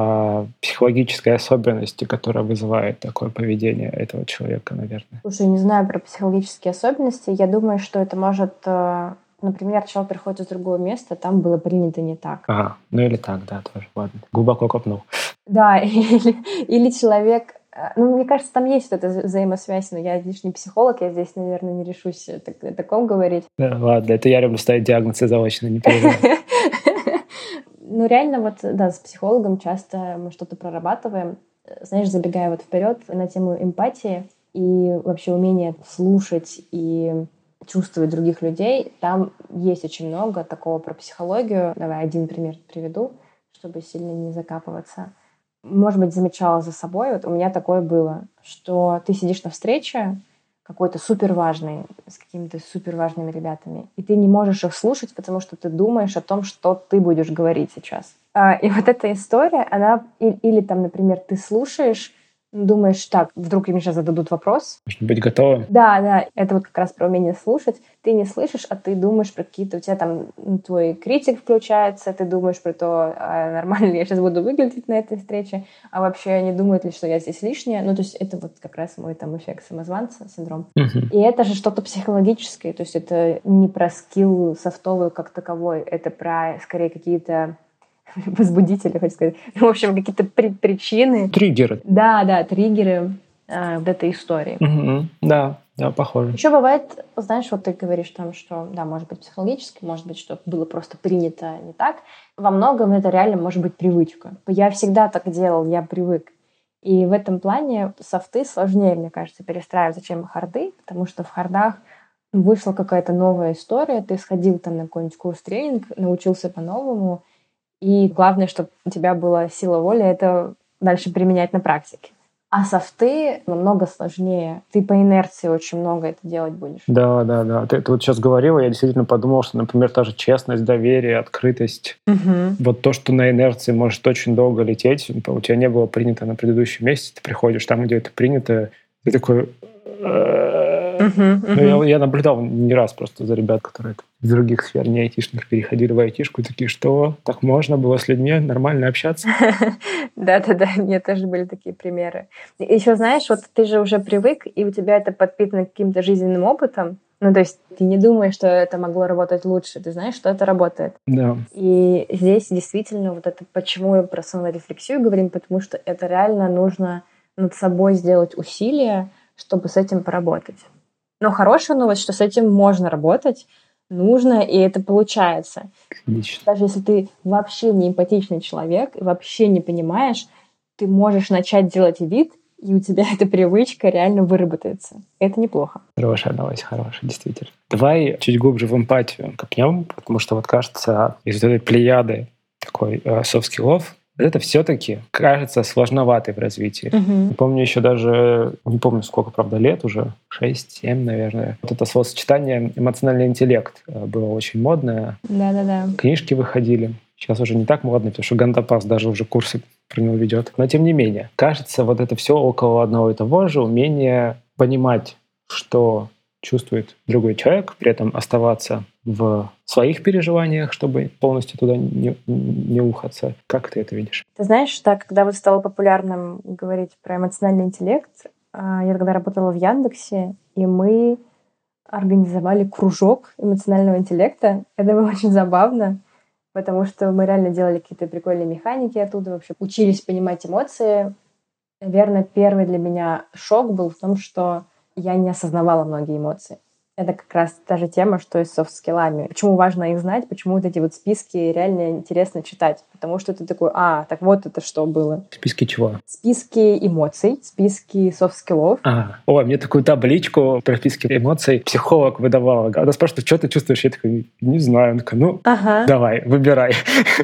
а психологической особенности, которая вызывает такое поведение этого человека, наверное. Слушай, не знаю про психологические особенности. Я думаю, что это может... Например, человек приходит из другого места, там было принято не так. Ага, ну или так, да, тоже, ладно. Глубоко копнул. Да, или человек... Ну, мне кажется, там есть вот эта взаимосвязь, но я лишь не психолог, я здесь, наверное, не решусь о таком говорить. Да, ладно, это я люблю ставить диагнозы заочно, не переживай. Ну, реально, вот, да, с психологом часто мы что-то прорабатываем. Знаешь, забегая вот вперед на тему эмпатии и вообще умения слушать и чувствовать других людей, там есть очень много такого про психологию. Давай один пример приведу, чтобы сильно не закапываться. Может быть, замечала за собой, вот у меня такое было, что ты сидишь на встрече какой-то суперважный, с какими-то суперважными ребятами, и ты не можешь их слушать, потому что ты думаешь о том, что ты будешь говорить сейчас. И вот эта история, она... Или там, например, ты слушаешь, думаешь, так, вдруг мне сейчас зададут вопрос. Нужно быть готовым. Да, это вот как раз про умение слушать. Ты не слышишь, а ты думаешь про какие-то... У тебя там твой критик включается, ты думаешь про то, нормально ли я сейчас буду выглядеть на этой встрече, а вообще не думают ли, что я здесь лишняя. Ну, то есть это вот как раз мой там эффект самозванца, синдром. И это же что-то психологическое, то есть это не про скилл софтовый как таковой, это про, скорее, какие-то возбудители, хочу сказать. В общем, какие-то причины. Триггеры. Да, триггеры в этой истории. Да, похоже. Еще бывает, знаешь, вот ты говоришь там, что, да, может быть психологически, может быть, что было просто принято не так. Во многом это реально может быть привычка. Я всегда так делал, я привык. И в этом плане софты сложнее, мне кажется, перестраиваться, чем харды, потому что в хардах вышла какая-то новая история, ты сходил там на какой-нибудь курс-тренинг, научился по-новому, и главное, чтобы у тебя была сила воли это дальше применять на практике. А софты намного сложнее. Ты по инерции очень много это делать будешь. Да. Ты вот сейчас говорила, я действительно подумал, что, например, та же честность, доверие, открытость, вот то, что на инерции может очень долго лететь, у тебя не было принято на предыдущем месяце, ты приходишь там, где это принято, ты такой... Я наблюдал не раз просто за ребят, которые из других сфер, не айтишных, переходили в айтишку, и такие, что так можно было с людьми нормально общаться? Да, у меня тоже были такие примеры. Еще знаешь, вот ты же уже привык, и у тебя это подпитано каким-то жизненным опытом. Ну, то есть ты не думаешь, что это могло работать лучше, ты знаешь, что это работает. Да. И здесь действительно вот это, почему мы про саморефлексию говорим, потому что это реально нужно над собой сделать усилия, чтобы с этим поработать. Но хорошая новость, что с этим можно работать, нужно, и это получается. Отлично. Даже если ты вообще не эмпатичный человек и вообще не понимаешь, ты можешь начать делать вид, и у тебя эта привычка реально выработается. Это неплохо. Хорошая новость, действительно. Давай чуть глубже в эмпатию копнем, потому что вот кажется, из этой плеяды такой софт-скиллов, это все-таки кажется сложноватой в развитии. Помню еще даже, не помню сколько, правда, лет уже, 6-7, наверное. Вот это словосочетание «эмоциональный интеллект» было очень модное. Да. Книжки выходили. Сейчас уже не так модно, потому что Гандапас даже уже курсы про него ведет. Но тем не менее, кажется, вот это все около одного и того же, умение понимать, что чувствует другой человек, при этом оставаться в своих переживаниях, чтобы полностью туда не ухаться. Как ты это видишь? Ты знаешь, так, когда вот стало популярным говорить про эмоциональный интеллект, я тогда работала в Яндексе, и мы организовали кружок эмоционального интеллекта. Это было очень забавно, потому что мы реально делали какие-то прикольные механики оттуда, вообще учились понимать эмоции. Наверное, первый для меня шок был в том, что я не осознавала многие эмоции. Это как раз та же тема, что и с софт-скиллами. Почему важно их знать, почему вот эти вот списки реально интересно читать. Потому что ты такой, так вот это что было. Списки чего? Списки эмоций, списки софт-скиллов. Мне такую табличку про списки эмоций психолог выдавала. Она спрашивает, что ты чувствуешь? Я такой, не знаю. Она такая, давай, выбирай.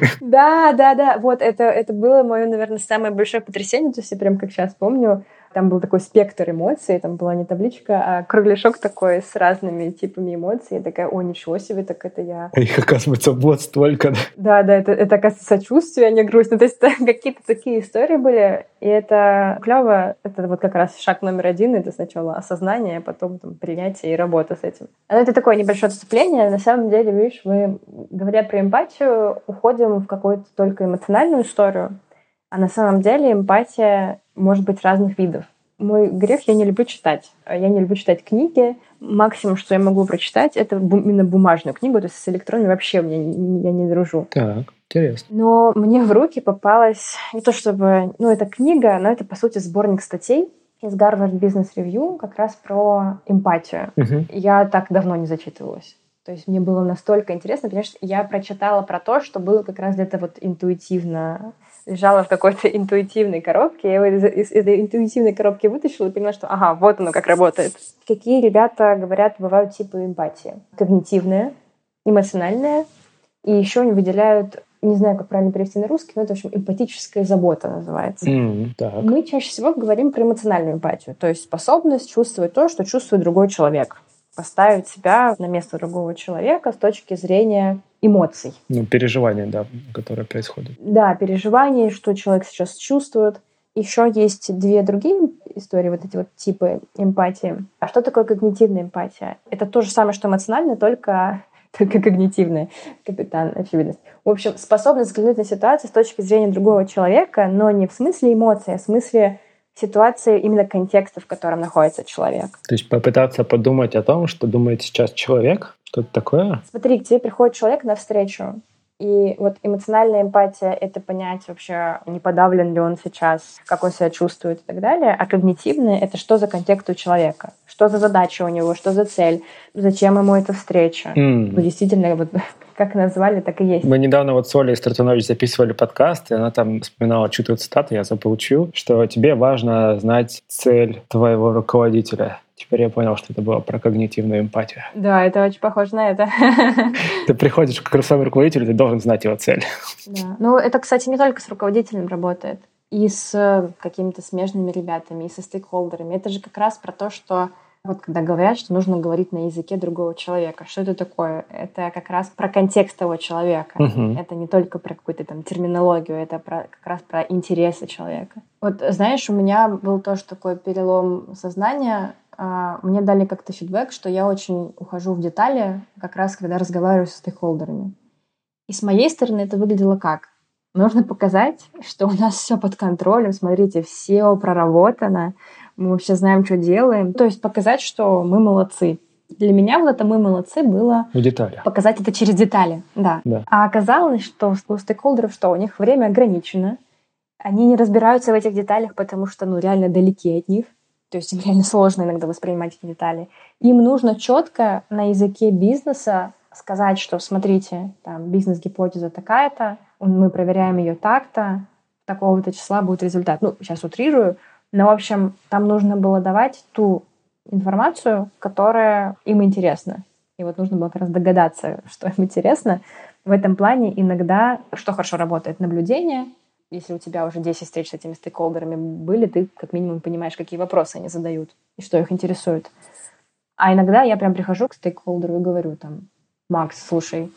Да. Вот это было мое, наверное, самое большое потрясение. То есть я прям как сейчас помню, там был такой спектр эмоций, там была не табличка, а кругляшок такой с разными типами эмоций. Я такая, ничего себе, так это я. Их, оказывается, вот столько. Да, это оказывается, сочувствие, а не грусть. Ну, то есть какие-то такие истории были, и это клево. Это вот как раз шаг номер 1, это сначала осознание, а потом там, принятие и работа с этим. Но это такое небольшое отступление. На самом деле, видишь, мы, говоря про эмпатию, уходим в какую-то только эмоциональную историю, а на самом деле эмпатия может быть разных видов. Мой грех, я не люблю читать. Я не люблю читать книги. Максимум, что я могу прочитать, это именно бумажную книгу, то есть с электронной вообще я не дружу. Так, интересно. Но мне в руки попалась не то чтобы... это книга, но это, по сути, сборник статей из Harvard Business Review как раз про эмпатию. Я так давно не зачитывалась. То есть мне было настолько интересно, потому что я прочитала про то, что было как раз где-то вот интуитивно, лежала в какой-то интуитивной коробке, я его из этой интуитивной коробки вытащила и поняла, что вот оно как работает. Какие ребята говорят, бывают типы эмпатии? Когнитивная, эмоциональная, и еще они выделяют, не знаю, как правильно перевести на русский, но это, в общем, эмпатическая забота называется. Мы чаще всего говорим про эмоциональную эмпатию, то есть способность чувствовать то, что чувствует другой человек. Поставить себя на место другого человека с точки зрения эмоций. Переживания, да, которые происходят. Да, переживания, что человек сейчас чувствует. Еще есть 2 другие истории, вот эти вот типы эмпатии. А что такое когнитивная эмпатия? Это то же самое, что эмоциональная, только когнитивная. Капитан, очевидность. В общем, способность взглянуть на ситуацию с точки зрения другого человека, но не в смысле эмоций, а в смысле ситуации, именно контекста, в котором находится человек. То есть попытаться подумать о том, что думает сейчас человек, что-то такое? Смотри, к тебе приходит человек навстречу, И вот эмоциональная эмпатия — это понять вообще, не подавлен ли он сейчас, как он себя чувствует и так далее. А когнитивная — это что за контекст у человека, что за задача у него, что за цель, зачем ему эта встреча. Ну, действительно, вот как назвали, так и есть. Мы недавно вот с Олей Стратунович записывали подкаст, и она там вспоминала чью-то цитату, я заполучил, что тебе важно знать цель твоего руководителя. Теперь я понял, что это было про когнитивную эмпатию. Да, это очень похоже на это. Ты приходишь к своему руководителю, ты должен знать его цель. Да. Ну, это, кстати, не только с руководителем работает, и с какими-то смежными ребятами, и со стейкхолдерами. Это же как раз про то, что вот когда говорят, что нужно говорить на языке другого человека. Что это такое? Это как раз про контекст того человека. Это не только про какую-то там терминологию, это как раз про интересы человека. Вот, знаешь, у меня был тоже такой перелом сознания. Мне дали как-то фидбэк, что я очень ухожу в детали, как раз когда разговариваю со стейкхолдерами. И с моей стороны это выглядело как? Нужно показать, что у нас все под контролем, смотрите, все проработано, мы вообще знаем, что делаем. То есть показать, что мы молодцы. Для меня вот это «мы молодцы» было в деталях. Показать это через детали, да. А оказалось, что у стейкхолдеров что? У них время ограничено, они не разбираются в этих деталях, потому что, реально далеки от них. То есть им реально сложно иногда воспринимать эти детали. Им нужно четко на языке бизнеса сказать, что, смотрите, там бизнес-гипотеза такая-то, мы проверяем ее так-то, такого-то числа будет результат. Сейчас утрирую, но, в общем, там нужно было давать ту информацию, которая им интересна. И вот нужно было как раз догадаться, что им интересно. В этом плане иногда, что хорошо работает, наблюдение. Если у тебя уже 10 встреч с этими стейкхолдерами были, ты как минимум понимаешь, какие вопросы они задают и что их интересует. А иногда я прям прихожу к стейкхолдеру и говорю там: Макс, слушай,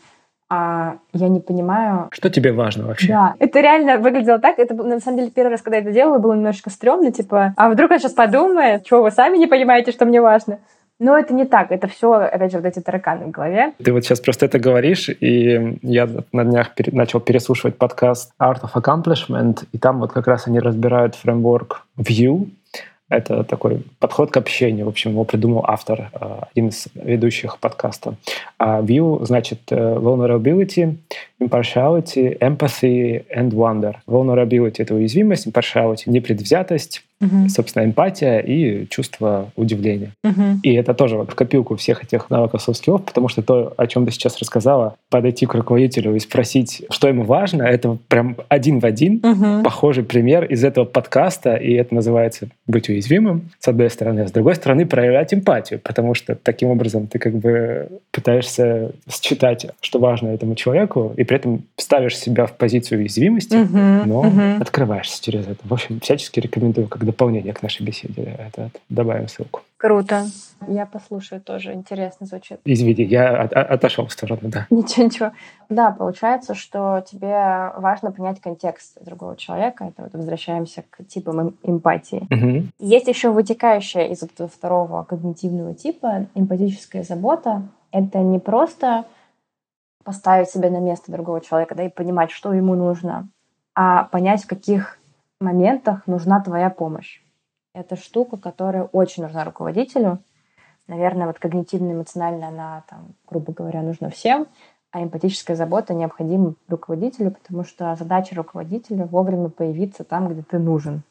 я не понимаю... Что тебе важно вообще? Да, это реально выглядело так. Это, на самом деле, первый раз, когда я это делала, было немножечко стрёмно, типа, а вдруг он сейчас подумает, что вы сами не понимаете, что мне важно? Но это не так. Это все, опять же, вот эти тараканы в голове. Ты вот сейчас просто это говоришь, и я на днях начал переслушивать подкаст Art of Accomplishment, и там вот как раз они разбирают фреймворк View. Это такой подход к общению. В общем, его придумал автор, один из ведущих подкаста. View значит vulnerability, impartiality, empathy and wonder. Vulnerability — это уязвимость, impartiality — непредвзятость, собственно, эмпатия и чувство удивления. И это тоже вот в копилку всех этих навыков софт-скиллов, потому что то, о чем ты сейчас рассказала, подойти к руководителю и спросить, что ему важно, это прям один в один похожий пример из этого подкаста, и это называется быть уязвимым, с одной стороны, а с другой стороны проявлять эмпатию, потому что таким образом ты как бы пытаешься считать, что важно этому человеку, и при этом ставишь себя в позицию уязвимости, но открываешься через это. В общем, всячески рекомендую как дополнение к нашей беседе. Добавим ссылку. Круто. Я послушаю тоже. Интересно звучит. Извини, я отошел в сторону, да. Ничего. Да, получается, что тебе важно понять контекст другого человека. Это вот возвращаемся к типам эмпатии. Есть еще вытекающая из этого второго когнитивного типа эмпатическая забота. Это не просто поставить себя на место другого человека, да, и понимать, что ему нужно, а понять, в каких моментах нужна твоя помощь. Это штука, которая очень нужна руководителю. Наверное, вот когнитивно-эмоционально она, грубо говоря, нужна всем, а эмпатическая забота необходима руководителю, потому что задача руководителя — вовремя появиться там, где ты нужен.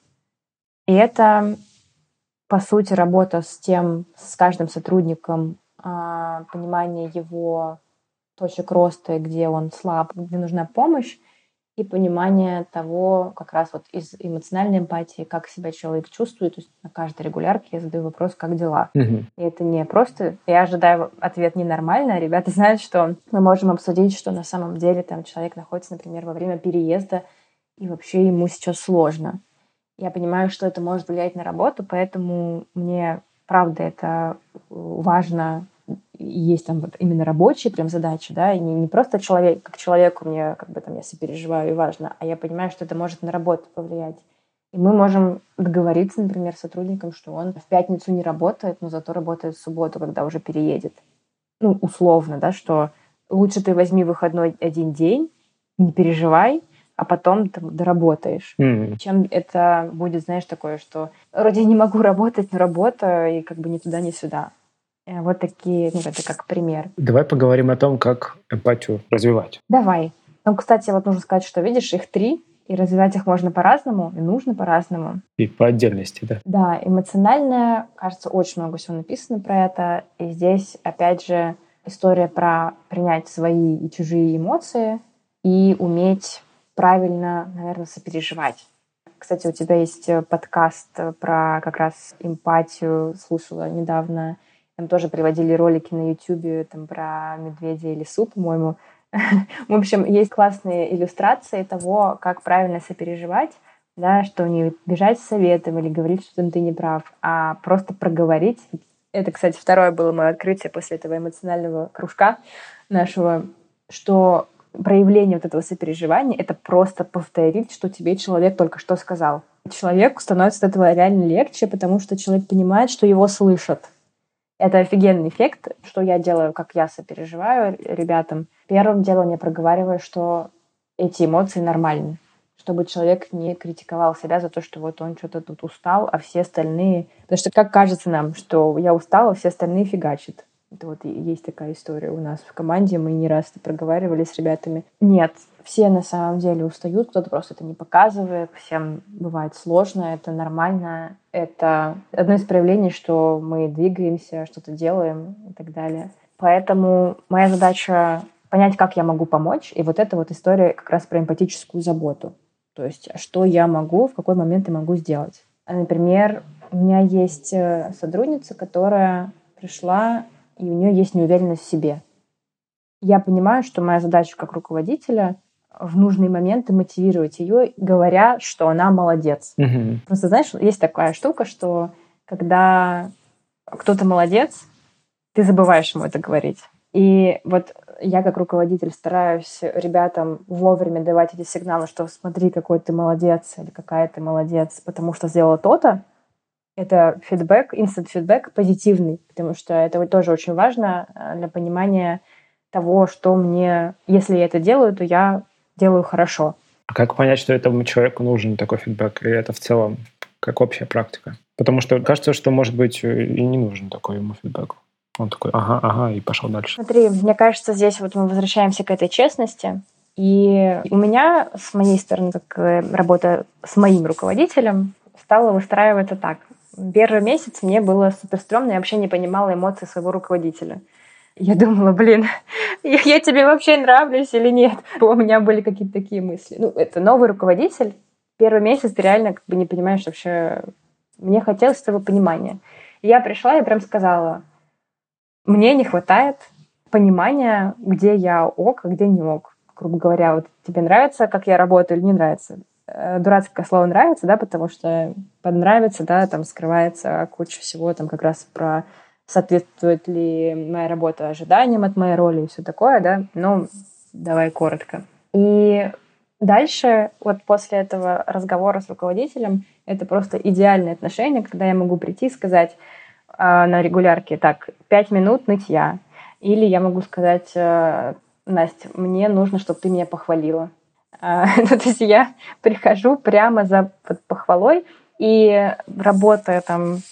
И это, по сути, работа с каждым сотрудником, понимание его точек роста, где он слаб, где нужна помощь, и понимание того, как раз вот из эмоциональной эмпатии, как себя человек чувствует. То есть на каждой регулярке я задаю вопрос: как дела? И это не просто... Я ожидаю ответ ненормально, а ребята знают, что мы можем обсудить, что на самом деле там человек находится, например, во время переезда, и вообще ему сейчас сложно. Я понимаю, что это может влиять на работу, поэтому мне, правда, это важно. Есть там вот именно рабочие прям задачи, да, и не просто человек, как человеку мне как бы там я сопереживаю и важно, а я понимаю, что это может на работу повлиять. И мы можем договориться, например, с сотрудником, что он в пятницу не работает, но зато работает в субботу, когда уже переедет. Условно, да, что лучше ты возьми выходной один день, не переживай, а потом там доработаешь. Чем это будет, знаешь, такое, что вроде не могу работать, но работа, и как бы ни туда, ни сюда. Вот такие, это как пример. Давай поговорим о том, как эмпатию развивать. Давай. Ну, кстати, вот нужно сказать, что, видишь, их 3, и развивать их можно по-разному, и нужно по-разному. И по отдельности, да. Да, эмоциональное, кажется, очень много всего написано про это. И здесь, опять же, история про принять свои и чужие эмоции и уметь правильно, наверное, сопереживать. Кстати, у тебя есть подкаст про как раз эмпатию, слушала недавно. Там тоже приводили ролики на YouTube там, про медведя и лису, по-моему. В общем, есть классные иллюстрации того, как правильно сопереживать, да, что не бежать с советом или говорить, что ты не прав, а просто проговорить. Это, кстати, второе было мое открытие после этого эмоционального кружка нашего, что проявление вот этого сопереживания — это просто повторить, что тебе человек только что сказал. Человеку становится от этого реально легче, потому что человек понимает, что его слышат. Это офигенный эффект, что я делаю, как я сопереживаю ребятам. Первым делом я проговариваю, что эти эмоции нормальны, чтобы человек не критиковал себя за то, что вот он что-то тут устал, а все остальные... Потому что как кажется нам, что я устала, а все остальные фигачат. Это вот есть такая история у нас в команде, мы не раз это проговаривали с ребятами. Нет, все на самом деле устают, кто-то просто это не показывает, всем бывает сложно, это нормально. Это одно из проявлений, что мы двигаемся, что-то делаем и так далее. Поэтому моя задача понять, как я могу помочь, и вот эта вот история как раз про эмпатическую заботу. То есть, что я могу, в какой момент я могу сделать. Например, у меня есть сотрудница, которая пришла, и у нее есть неуверенность в себе. Я понимаю, что моя задача как руководителя в нужные моменты мотивировать ее, говоря, что она молодец. Мгм. Просто, знаешь, есть такая штука, что когда кто-то молодец, ты забываешь ему это говорить. И вот я как руководитель стараюсь ребятам вовремя давать эти сигналы, что смотри, какой ты молодец или какая ты молодец, потому что сделала то-то. Это фидбэк, instant фидбэк позитивный, потому что это вот тоже очень важно для понимания того, что мне, если я это делаю, то я делаю хорошо. А как понять, что этому человеку нужен такой фидбэк? Или это в целом как общая практика? Потому что кажется, что, может быть, и не нужен такой ему фидбэк. Он такой, ага, ага, и пошел дальше. Смотри, мне кажется, здесь вот мы возвращаемся к этой честности. И у меня, с моей стороны, как работа с моим руководителем, стала выстраиваться так. Первый месяц мне было супер стрёмно, я вообще не понимала эмоций своего руководителя. Я думала, блин, я тебе вообще нравлюсь или нет? У меня были какие-то такие мысли. Ну, это новый руководитель. Первый месяц ты реально как бы не понимаешь вообще... Мне хотелось этого понимания. И я пришла и прям сказала, мне не хватает понимания, где я ок, а где не ок. Грубо говоря, вот тебе нравится, как я работаю, или не нравится? Дурацкое слово «нравится», да, потому что под «нравится», да, там скрывается куча всего, там как раз про соответствует ли моя работа ожиданиям от моей роли и все такое, да, ну, давай коротко. И дальше, вот после этого разговора с руководителем, это просто идеальные отношения, когда я могу прийти и сказать на регулярке, так, 5 минут нытья. Или я могу сказать, Настя, мне нужно, чтобы ты меня похвалила. Ну, то есть я прихожу прямо за похвалой, и работая там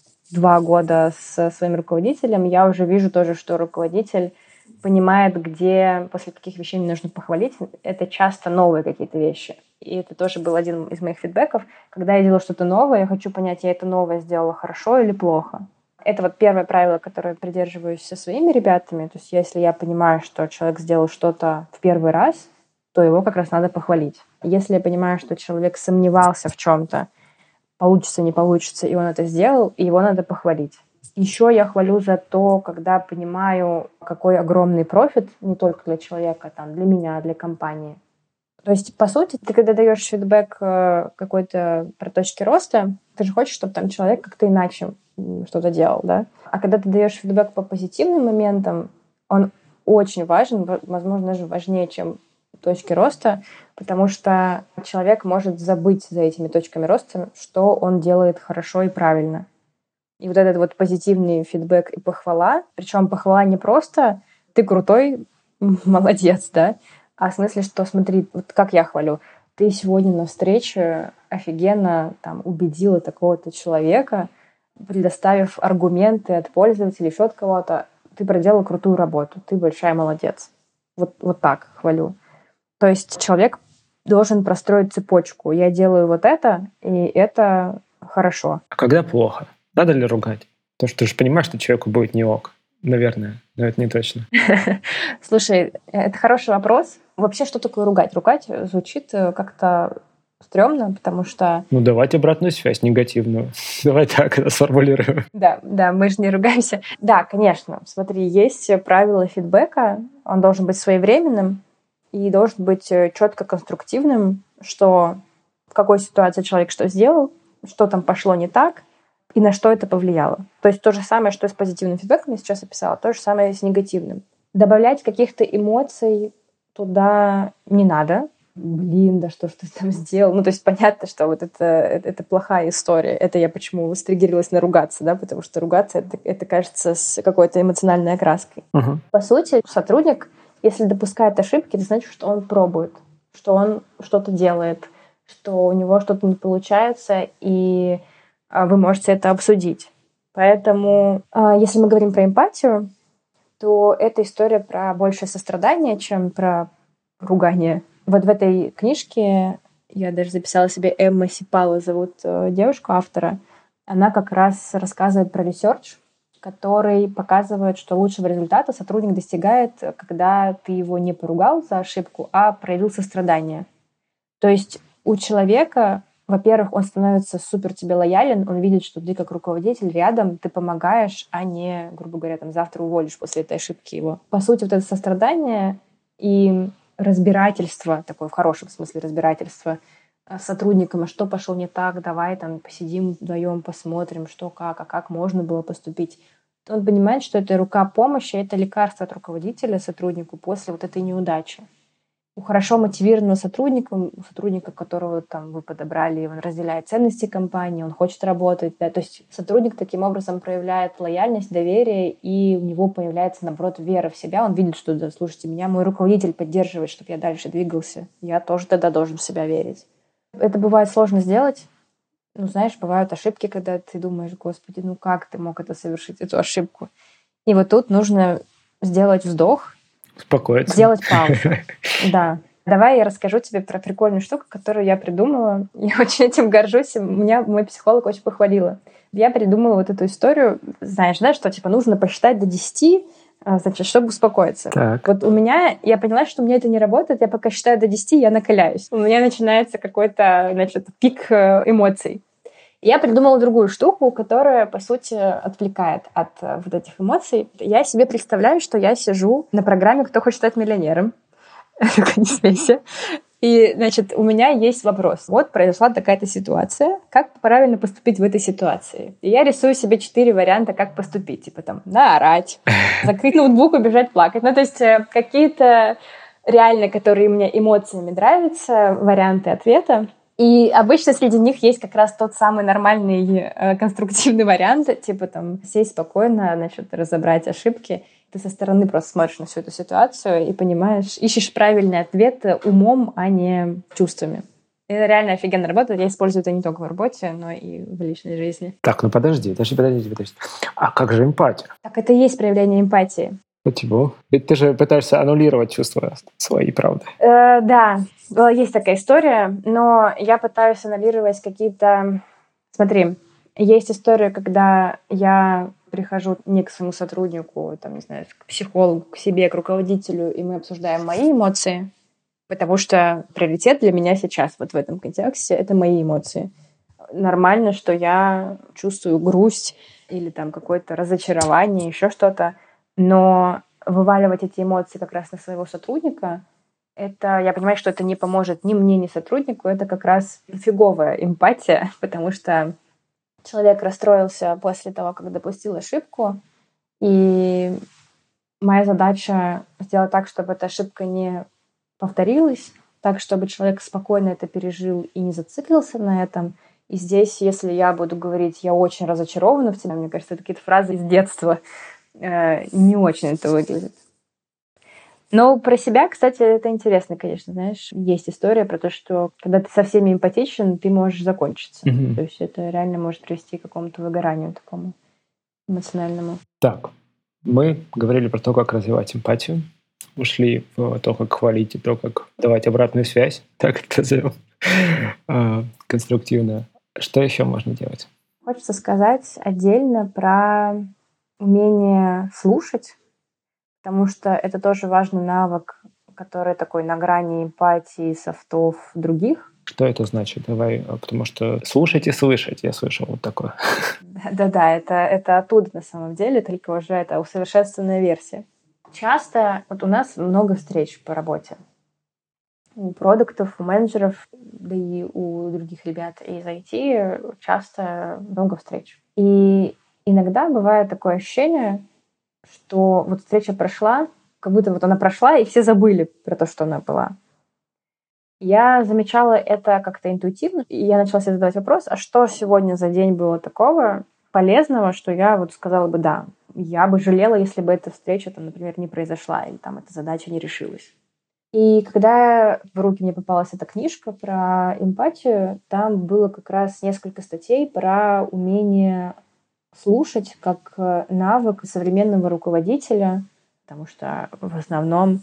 2 года со своим руководителем, я уже вижу тоже, что руководитель понимает, где после каких вещей мне нужно похвалить. Это часто новые какие-то вещи. И это тоже был один из моих фидбэков. Когда я делаю что-то новое, я хочу понять, я это новое сделала хорошо или плохо. Это вот первое правило, которое я придерживаюсь со своими ребятами. То есть если я понимаю, что человек сделал что-то в первый раз, то его как раз надо похвалить. Если я понимаю, что человек сомневался в чем-то, получится, не получится, и он это сделал, и его надо похвалить. Еще я хвалю за то, когда понимаю, какой огромный профит не только для человека, там, для меня, для компании. То есть, по сути, ты когда даешь фидбэк какой-то про точки роста, ты же хочешь, чтобы там человек как-то иначе что-то делал, да? А когда ты даешь фидбэк по позитивным моментам, он очень важен, возможно, даже важнее, чем точки роста, потому что человек может забыть за этими точками роста, что он делает хорошо и правильно. И вот этот вот позитивный фидбэк и похвала, причем похвала не просто «ты крутой, молодец», да, а в смысле, что смотри, вот как я хвалю, ты сегодня на встрече офигенно там убедила такого-то человека, предоставив аргументы от пользователей, еще от кого-то, ты проделала крутую работу, ты большая молодец. Вот так хвалю. То есть человек должен простроить цепочку. Я делаю вот это, и это хорошо. А когда плохо? Надо ли ругать? Потому что ты же понимаешь, что человеку будет не ок. Наверное, но это не точно. Слушай, это хороший вопрос. Вообще, что такое ругать? Ругать звучит как-то стрёмно, потому что... Ну, давайте обратную связь негативную. Давай так это сформулируем. Да, мы же не ругаемся. Да, конечно. Смотри, есть правила фидбэка. Он должен быть своевременным и должен быть четко конструктивным, что в какой ситуации человек что сделал, что там пошло не так, и на что это повлияло. То есть то же самое, что и с позитивным фидбэком я сейчас описала, то же самое и с негативным. Добавлять каких-то эмоций туда не надо. Блин, да что ж ты там сделал? Ну, то есть понятно, что вот это плохая история. Это я почему стригерилась на ругаться, да, потому что ругаться это кажется с какой-то эмоциональной окраской. Угу. По сути, сотрудник, если допускает ошибки, это значит, что он пробует, что он что-то делает, что у него что-то не получается, и вы можете это обсудить. Поэтому, если мы говорим про эмпатию, то это история про большее сострадание, чем про ругание. Вот в этой книжке, я даже записала себе, Эмма Сипала зовут девушку, автора, она как раз рассказывает про ресерч, который показывает, что лучшего результата сотрудник достигает, когда ты его не поругал за ошибку, а проявил сострадание. То есть у человека, во-первых, он становится супер тебе лоялен, он видит, что ты как руководитель рядом, ты помогаешь, а не, грубо говоря, там, завтра уволишь после этой ошибки его. По сути, вот это сострадание и разбирательство, такое в хорошем смысле разбирательство с сотрудником, а что пошло не так, давай там посидим вдвоем, посмотрим, что как, а как можно было поступить. Он понимает, что это рука помощи, это лекарство от руководителя сотруднику после вот этой неудачи. У хорошо мотивированного сотрудника, у сотрудника, которого там вы подобрали, он разделяет ценности компании, он хочет работать, да, то есть сотрудник таким образом проявляет лояльность, доверие, и у него появляется, наоборот, вера в себя, он видит, что, да, слушайте, меня мой руководитель поддерживает, чтобы я дальше двигался, я тоже тогда должен в себя верить. Это бывает сложно сделать. Ну, знаешь, бывают ошибки, когда ты думаешь, господи, ну как ты мог это совершить, эту ошибку? И вот тут нужно сделать вздох, успокоиться. Сделать паузу. Да. Давай я расскажу тебе про прикольную штуку, которую я придумала. Я очень этим горжусь. Меня мой психолог очень похвалила. Я придумала вот эту историю. Знаешь, да, что типа нужно посчитать до 10, значит, чтобы успокоиться. Так. Вот у меня, я поняла, что у меня это не работает. Я пока считаю до 10, я накаляюсь. У меня начинается какой-то, значит, пик эмоций. Я придумала другую штуку, которая, по сути, отвлекает от вот этих эмоций. Я себе представляю, что я сижу на программе «Кто хочет стать миллионером». Только не смейся. И, значит, у меня есть вопрос. Вот произошла такая-то ситуация. Как правильно поступить в этой ситуации? И я рисую себе 4 варианта, как поступить. Типа там наорать, закрыть ноутбук, убежать плакать. Ну, то есть какие-то реально, которые мне эмоциями нравятся, варианты ответа. И обычно среди них есть как раз тот самый нормальный конструктивный вариант, типа там сесть спокойно, значит, разобрать ошибки. Ты со стороны просто смотришь на всю эту ситуацию и понимаешь, ищешь правильный ответ умом, а не чувствами. Это реально офигенно работает. Я использую это не только в работе, но и в личной жизни. Так, ну подожди. А как же эмпатия? Так это и есть проявление эмпатии. Почему? Ведь ты же пытаешься аннулировать чувства свои, правда? Да, есть такая история, но я пытаюсь аннулировать какие-то... Смотри, есть история, когда я прихожу не к своему сотруднику, там, не знаю, к психологу, к себе, к руководителю, и мы обсуждаем мои эмоции, потому что приоритет для меня сейчас вот в этом контексте — это мои эмоции. Нормально, что я чувствую грусть или там какое-то разочарование, еще что-то, но вываливать эти эмоции как раз на своего сотрудника, это, я понимаю, что это не поможет ни мне, ни сотруднику, это как раз фиговая эмпатия, потому что человек расстроился после того, как допустил ошибку, и моя задача сделать так, чтобы эта ошибка не повторилась, так, чтобы человек спокойно это пережил и не зациклился на этом. И здесь, если я буду говорить, я очень разочарована в тебе, мне кажется, это какие-то фразы из детства, не очень это выглядит. Но про себя, кстати, это интересно, конечно, знаешь. Есть история про то, что когда ты со всеми эмпатичен, ты можешь закончиться. Мгм. То есть это реально может привести к какому-то выгоранию такому эмоциональному. Так, мы говорили про то, как развивать эмпатию. ушли в то, как хвалить, и то, как давать обратную связь, так это назовем, конструктивно. Что еще можно делать? Хочется сказать отдельно про умение слушать, потому что это тоже важный навык, который такой на грани эмпатии, софтов других. Что это значит? Давай, потому что слушать и слышать, я слышал вот такое. Да-да, это оттуда на самом деле, только уже это усовершенствованная версия. Часто вот у нас много встреч по работе. У продуктов, у менеджеров, да и у других ребят из IT часто много встреч. И иногда бывает такое ощущение, что вот встреча прошла, как будто вот она прошла, и все забыли про то, что она была. Я замечала это как-то интуитивно, и я начала себе задавать вопрос, а что сегодня за день было такого полезного, что я вот сказала бы да. Я бы жалела, если бы эта встреча, там, например, не произошла, или там эта задача не решилась. И когда в руки мне попалась эта книжка про эмпатию, там было как раз несколько статей про умение слушать как навык современного руководителя, потому что в основном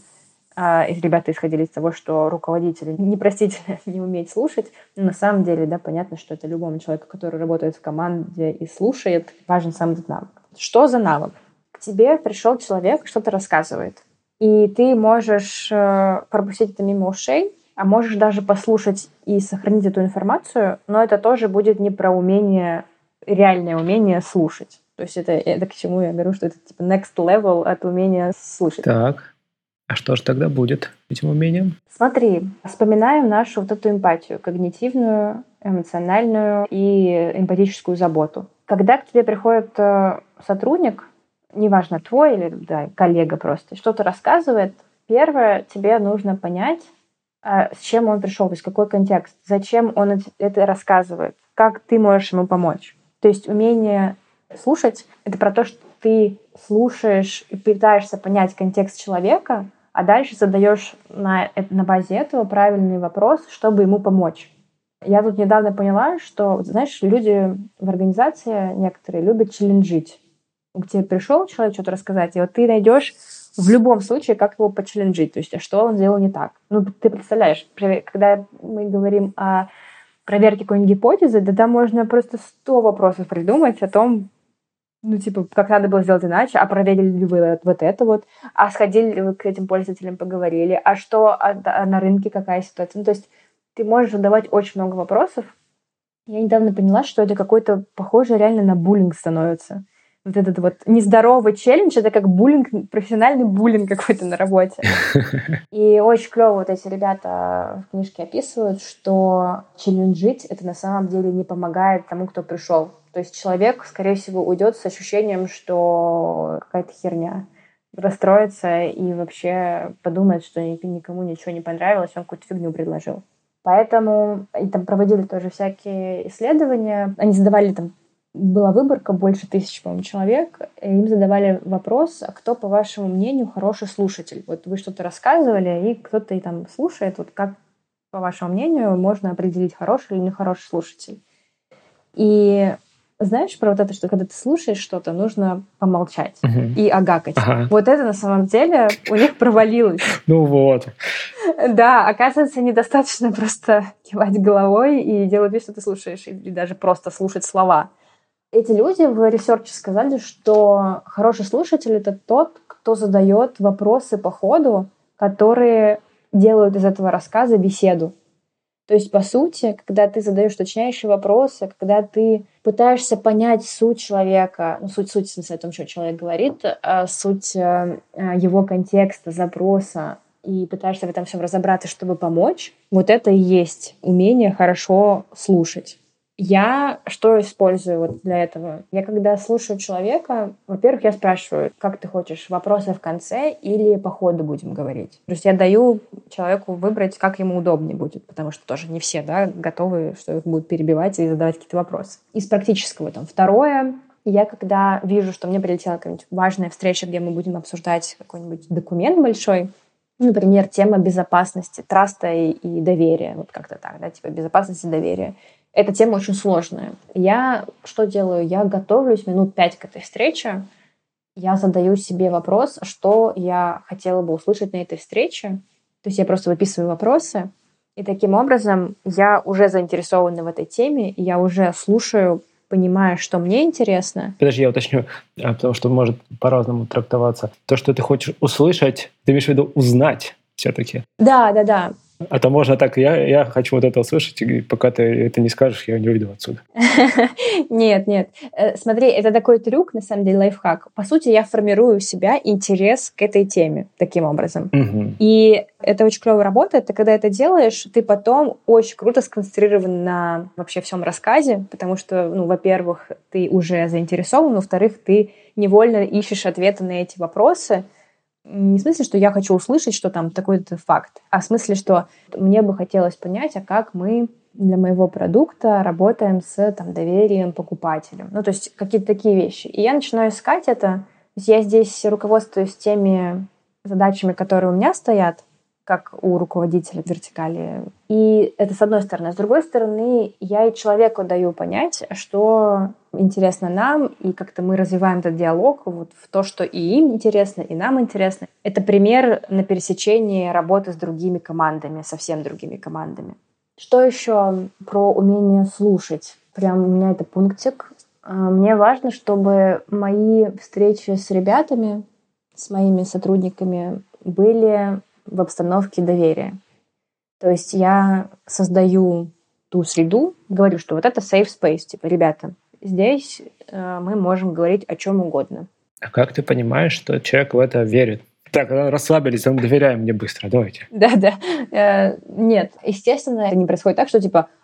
ребята исходили из того, что руководители непростительно не уметь слушать. Но на самом деле, да, понятно, что это любому человеку, который работает в команде и слушает, важен сам этот навык. Что за навык? К тебе пришел человек, что-то рассказывает. И ты можешь пропустить это мимо ушей, а можешь даже послушать и сохранить эту информацию, но это тоже будет не про умение, реальное умение слушать. То есть это к чему я говорю, что это типа next level от умения слышать. Так, а что же тогда будет этим умением? Смотри, вспоминаем нашу вот эту эмпатию, когнитивную, эмоциональную и эмпатическую заботу. Когда к тебе приходит сотрудник, неважно, твой или да, коллега просто, что-то рассказывает, первое, тебе нужно понять, с чем он пришел, то есть какой контекст, зачем он это рассказывает, как ты можешь ему помочь. То есть умение слушать — это про то, что ты слушаешь и пытаешься понять контекст человека, а дальше задаешь на базе этого правильный вопрос, чтобы ему помочь. Я тут недавно поняла, что, знаешь, люди в организации некоторые любят челленджить. К тебе пришел человек что-то рассказать, и вот ты найдешь в любом случае, как его почелленджить, то есть, а что он сделал не так. Ну, ты представляешь, когда мы говорим о проверке какой-нибудь гипотезы, да там можно просто 100 вопросов придумать о том, ну, типа, как надо было сделать иначе, а проверили ли вы вот это вот, а сходили ли вы к этим пользователям, поговорили, а что на рынке, какая ситуация. Ну, то есть ты можешь задавать очень много вопросов. Я недавно поняла, что это какой-то похоже реально на буллинг становится. Вот этот вот нездоровый челлендж — это как буллинг, профессиональный буллинг какой-то на работе. И очень клево вот эти ребята в книжке описывают, что челленджить — это на самом деле не помогает тому, кто пришел. То есть человек, скорее всего, уйдет с ощущением, что какая-то херня, расстроится и вообще подумает, что никому ничего не понравилось, он какую-то фигню предложил. Поэтому и там проводили тоже всякие исследования. Они задавали там, была выборка, больше 1000, по-моему, человек, и им задавали вопрос, а кто, по вашему мнению, хороший слушатель? Вот вы что-то рассказывали, и кто-то и там слушает, вот как, по вашему мнению, можно определить, хороший или нехороший слушатель? И знаешь про вот это, что когда ты слушаешь что-то, нужно помолчать и агакать. Вот это на самом деле у них провалилось. Ну вот. Да, оказывается, недостаточно просто кивать головой и делать вид, что ты слушаешь, или даже просто слушать слова. Эти люди в ресерче сказали, что хороший слушатель — это тот, кто задает вопросы по ходу, которые делают из этого рассказа беседу. То есть, по сути, когда ты задаешь уточняющие вопросы, когда ты пытаешься понять суть человека, ну, суть в смысле о том, что человек говорит, суть его контекста, запроса, и пытаешься в этом всем разобраться, чтобы помочь, вот это и есть умение хорошо слушать. Я что использую вот для этого? Я когда слушаю человека, во-первых, я спрашиваю, как ты хочешь, вопросы в конце или по ходу будем говорить? То есть я даю человеку выбрать, как ему удобнее будет, потому что тоже не все, да, готовы, что их будут перебивать и задавать какие-то вопросы. Из практического там. Второе, я когда вижу, что мне прилетела какая-нибудь важная встреча, где мы будем обсуждать какой-нибудь документ большой, например, тема безопасности, траста и доверия, вот как-то так, да, типа безопасности и доверия. Эта тема очень сложная. Я что делаю? Я готовлюсь минут 5 к этой встрече. я задаю себе вопрос, что я хотела бы услышать на этой встрече. То есть я просто выписываю вопросы, и таким образом я уже заинтересована в этой теме, и я уже слушаю, понимая, что мне интересно. Подожди, я уточню, потому что может по-разному трактоваться. То, что ты хочешь услышать, ты имеешь в виду узнать все-таки? Да. А то можно так, я хочу вот это услышать, и пока ты это не скажешь, я не уйду отсюда. Нет. Смотри, это такой трюк, на самом деле, лайфхак. По сути, я формирую у себя интерес к этой теме таким образом. Угу. И это очень клево работает. Ты когда это делаешь, ты потом очень круто сконцентрирован на вообще всем рассказе, потому что, во-первых, ты уже заинтересован, во-вторых, ты невольно ищешь ответы на эти вопросы. Не в смысле, что я хочу услышать, что там такой-то факт, а в смысле, что мне бы хотелось понять, а как мы для моего продукта работаем с доверием покупателям. То есть какие-то такие вещи. И я начинаю искать это. То есть я здесь руководствуюсь теми задачами, которые у меня стоят, как у руководителя в вертикали. И это с одной стороны. С другой стороны, я и человеку даю понять, что интересно нам, и как-то мы развиваем этот диалог вот в то, что и им интересно, и нам интересно. Это пример на пересечении работы с другими командами, совсем другими командами. Что еще про умение слушать? Прям у меня это пунктик. Мне важно, чтобы мои встречи с ребятами, с моими сотрудниками были в обстановке доверия. То есть я создаю ту среду, говорю, что вот это safe space, ребята, здесь мы можем говорить о чем угодно. А как ты понимаешь, что человек в это верит? Так, расслабились, доверяем мне быстро, давайте. Да. Нет, естественно, это не происходит так, что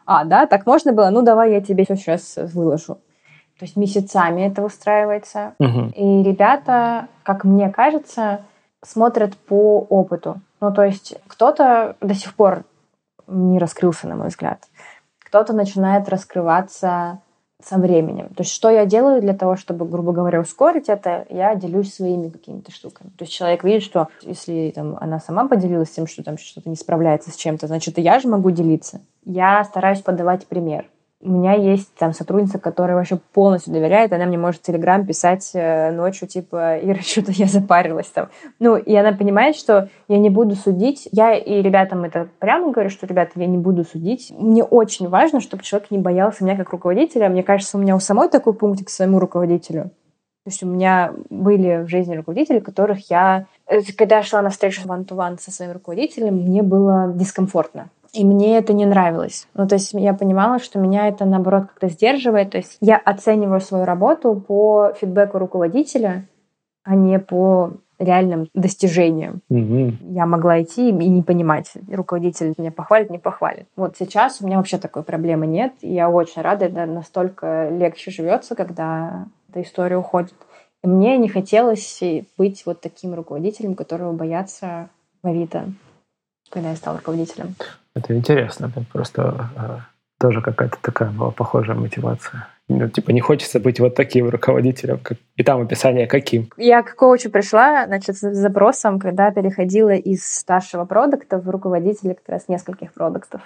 так можно было, давай я тебе все сейчас выложу. То есть месяцами это устраивается. Угу. И ребята, как мне кажется, смотрят по опыту. То есть кто-то до сих пор не раскрылся, на мой взгляд. Кто-то начинает раскрываться со временем. То есть что я делаю для того, чтобы, грубо говоря, ускорить это, я делюсь своими какими-то штуками. То есть человек видит, что если она сама поделилась тем, что там что-то не справляется с чем-то, значит, и я же могу делиться. Я стараюсь подавать пример. У меня есть сотрудница, которая вообще полностью доверяет, она мне может в Телеграм писать ночью, Ира, что-то я запарилась там. И она понимает, что я не буду судить. Я и ребятам это прямо говорю, что, ребята, я не буду судить. Мне очень важно, чтобы человек не боялся меня как руководителя. Мне кажется, у меня у самой такой пунктик к своему руководителю. То есть у меня были в жизни руководители, которых когда я шла на встречу one-to-one со своим руководителем, мне было дискомфортно. И мне это не нравилось. То есть я понимала, что меня это, наоборот, как-то сдерживает. То есть я оцениваю свою работу по фидбэку руководителя, а не по реальным достижениям. Угу. Я могла идти и не понимать, руководитель меня похвалит, не похвалит. Вот сейчас у меня вообще такой проблемы нет. И я очень рада, это настолько легче живется, когда эта история уходит. И мне не хотелось быть вот таким руководителем, которого боятся в Авито, когда я стала руководителем. Это интересно, это просто тоже какая-то такая была похожая мотивация. Не хочется быть вот таким руководителем, и там описание каким. Я к коучу пришла, с запросом, когда переходила из старшего продукта в руководителя как раз нескольких продуктов.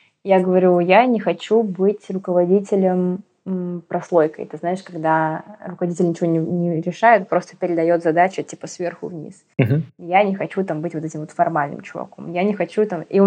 Я говорю, я не хочу быть руководителем прослойкой. Ты знаешь, когда руководитель ничего не решает, просто передает задачи сверху вниз. Угу. Я не хочу быть вот этим вот формальным чуваком. Я не хочу И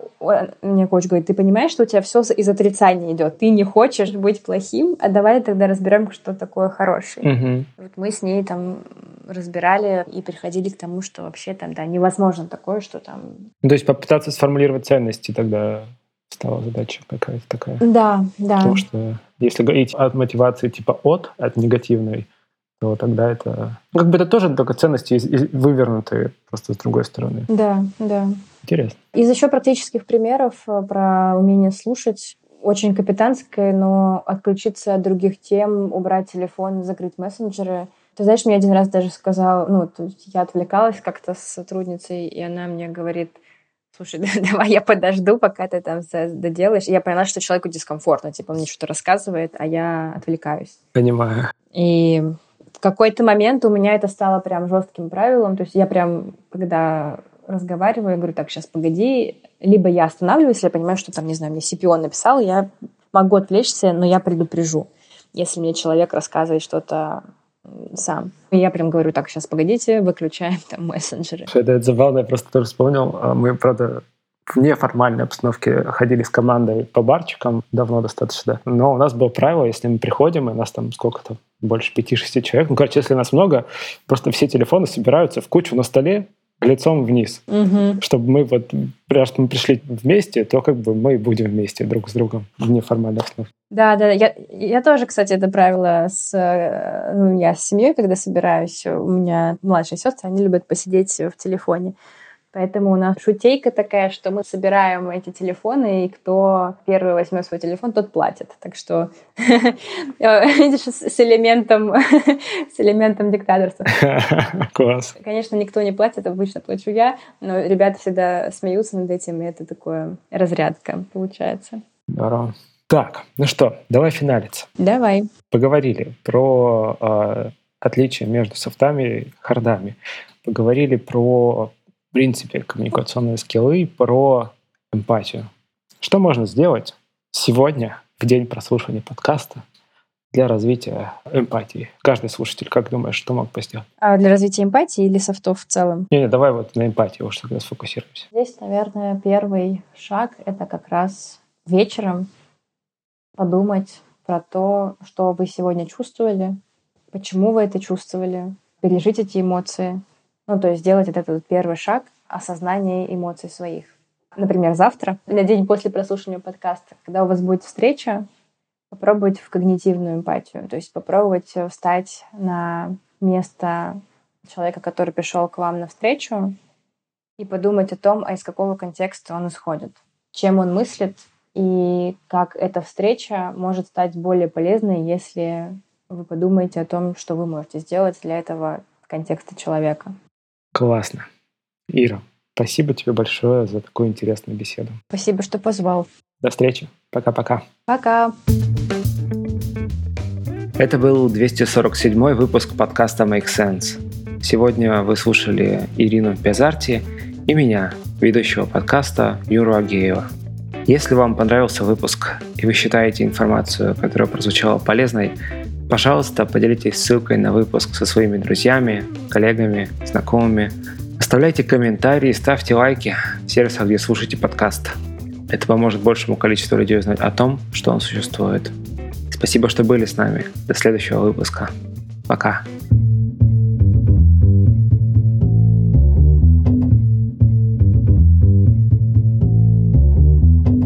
мне коуч говорит, ты понимаешь, что у тебя все из отрицания идет. Ты не хочешь быть плохим, а давай тогда разберем, что такое хороший. Угу. Вот мы с ней разбирали и приходили к тому, что вообще невозможно такое, что То есть попытаться сформулировать ценности тогда стала задача какая-то такая. Да. Потому что если говорить от мотивации от негативной, то тогда это... это тоже только ценности вывернутые просто с другой стороны. Да. Интересно. Из еще практических примеров про умение слушать. Очень капитанское, но отключиться от других тем, убрать телефон, закрыть мессенджеры. Ты знаешь, мне один раз даже сказала... я отвлекалась как-то с сотрудницей, и она мне говорит... Слушай, давай я подожду, пока ты доделаешь. И я поняла, что человеку дискомфортно. Он мне что-то рассказывает, а я отвлекаюсь. Понимаю. И в какой-то момент у меня это стало прям жестким правилом. То есть я прям, когда разговариваю, я говорю, так, сейчас погоди. Либо я останавливаюсь, если я понимаю, что мне CPO написал, я могу отвлечься, но я предупрежу. Если мне человек рассказывает что-то сам. И я прям говорю: так, сейчас погодите, выключаем там мессенджеры. Это забавно, я просто тоже вспомнил. Мы, правда, в неформальной обстановке ходили с командой по барчикам давно достаточно. Но у нас было правило, если мы приходим, и нас там сколько-то, больше 5-6 человек. Короче, если нас много, просто все телефоны собираются в кучу на столе лицом вниз. Чтобы мы прежде чем мы пришли вместе, то мы будем вместе друг с другом в неформальной обстановке. Да, я тоже, кстати, это правило я с семьей, когда собираюсь, у меня младшие сестры, они любят посидеть в телефоне. Поэтому у нас шутейка такая, что мы собираем эти телефоны, и кто первый возьмет свой телефон, тот платит. Так что, видишь, с элементом диктаторства. Класс. Конечно, никто не платит, обычно плачу я, но ребята всегда смеются над этим, и это такое разрядка получается. Здорово. Так, ну что, давай финалиться. Давай. Поговорили про отличия между софтами и хардами. Поговорили про, в принципе, коммуникационные скиллы, про эмпатию. Что можно сделать сегодня, в день прослушивания подкаста, для развития эмпатии? Каждый слушатель, как думаешь, что мог бы сделать? А для развития эмпатии или софтов в целом? Не, давай на эмпатии уж тогда сфокусируемся. Здесь, наверное, первый шаг — это как раз вечером подумать про то, что вы сегодня чувствовали, почему вы это чувствовали, пережить эти эмоции. То есть сделать этот первый шаг осознания эмоций своих. Например, завтра, на день после прослушивания подкаста, когда у вас будет встреча, попробовать в когнитивную эмпатию. То есть попробовать встать на место человека, который пришел к вам навстречу, и подумать о том, из какого контекста он исходит, чем он мыслит, и как эта встреча может стать более полезной, если вы подумаете о том, что вы можете сделать для этого контекста человека. Классно. Ира, спасибо тебе большое за такую интересную беседу. Спасибо, что позвал. До встречи. Пока-пока. Пока. Это был 247-й выпуск подкаста Make Sense. Сегодня вы слушали Ирину Пезарти и меня, ведущего подкаста Юру Агеева. Если вам понравился выпуск и вы считаете информацию, которая прозвучала, полезной, пожалуйста, поделитесь ссылкой на выпуск со своими друзьями, коллегами, знакомыми. Оставляйте комментарии, ставьте лайки в сервисах, где слушаете подкаст. Это поможет большему количеству людей узнать о том, что он существует. Спасибо, что были с нами. До следующего выпуска. Пока.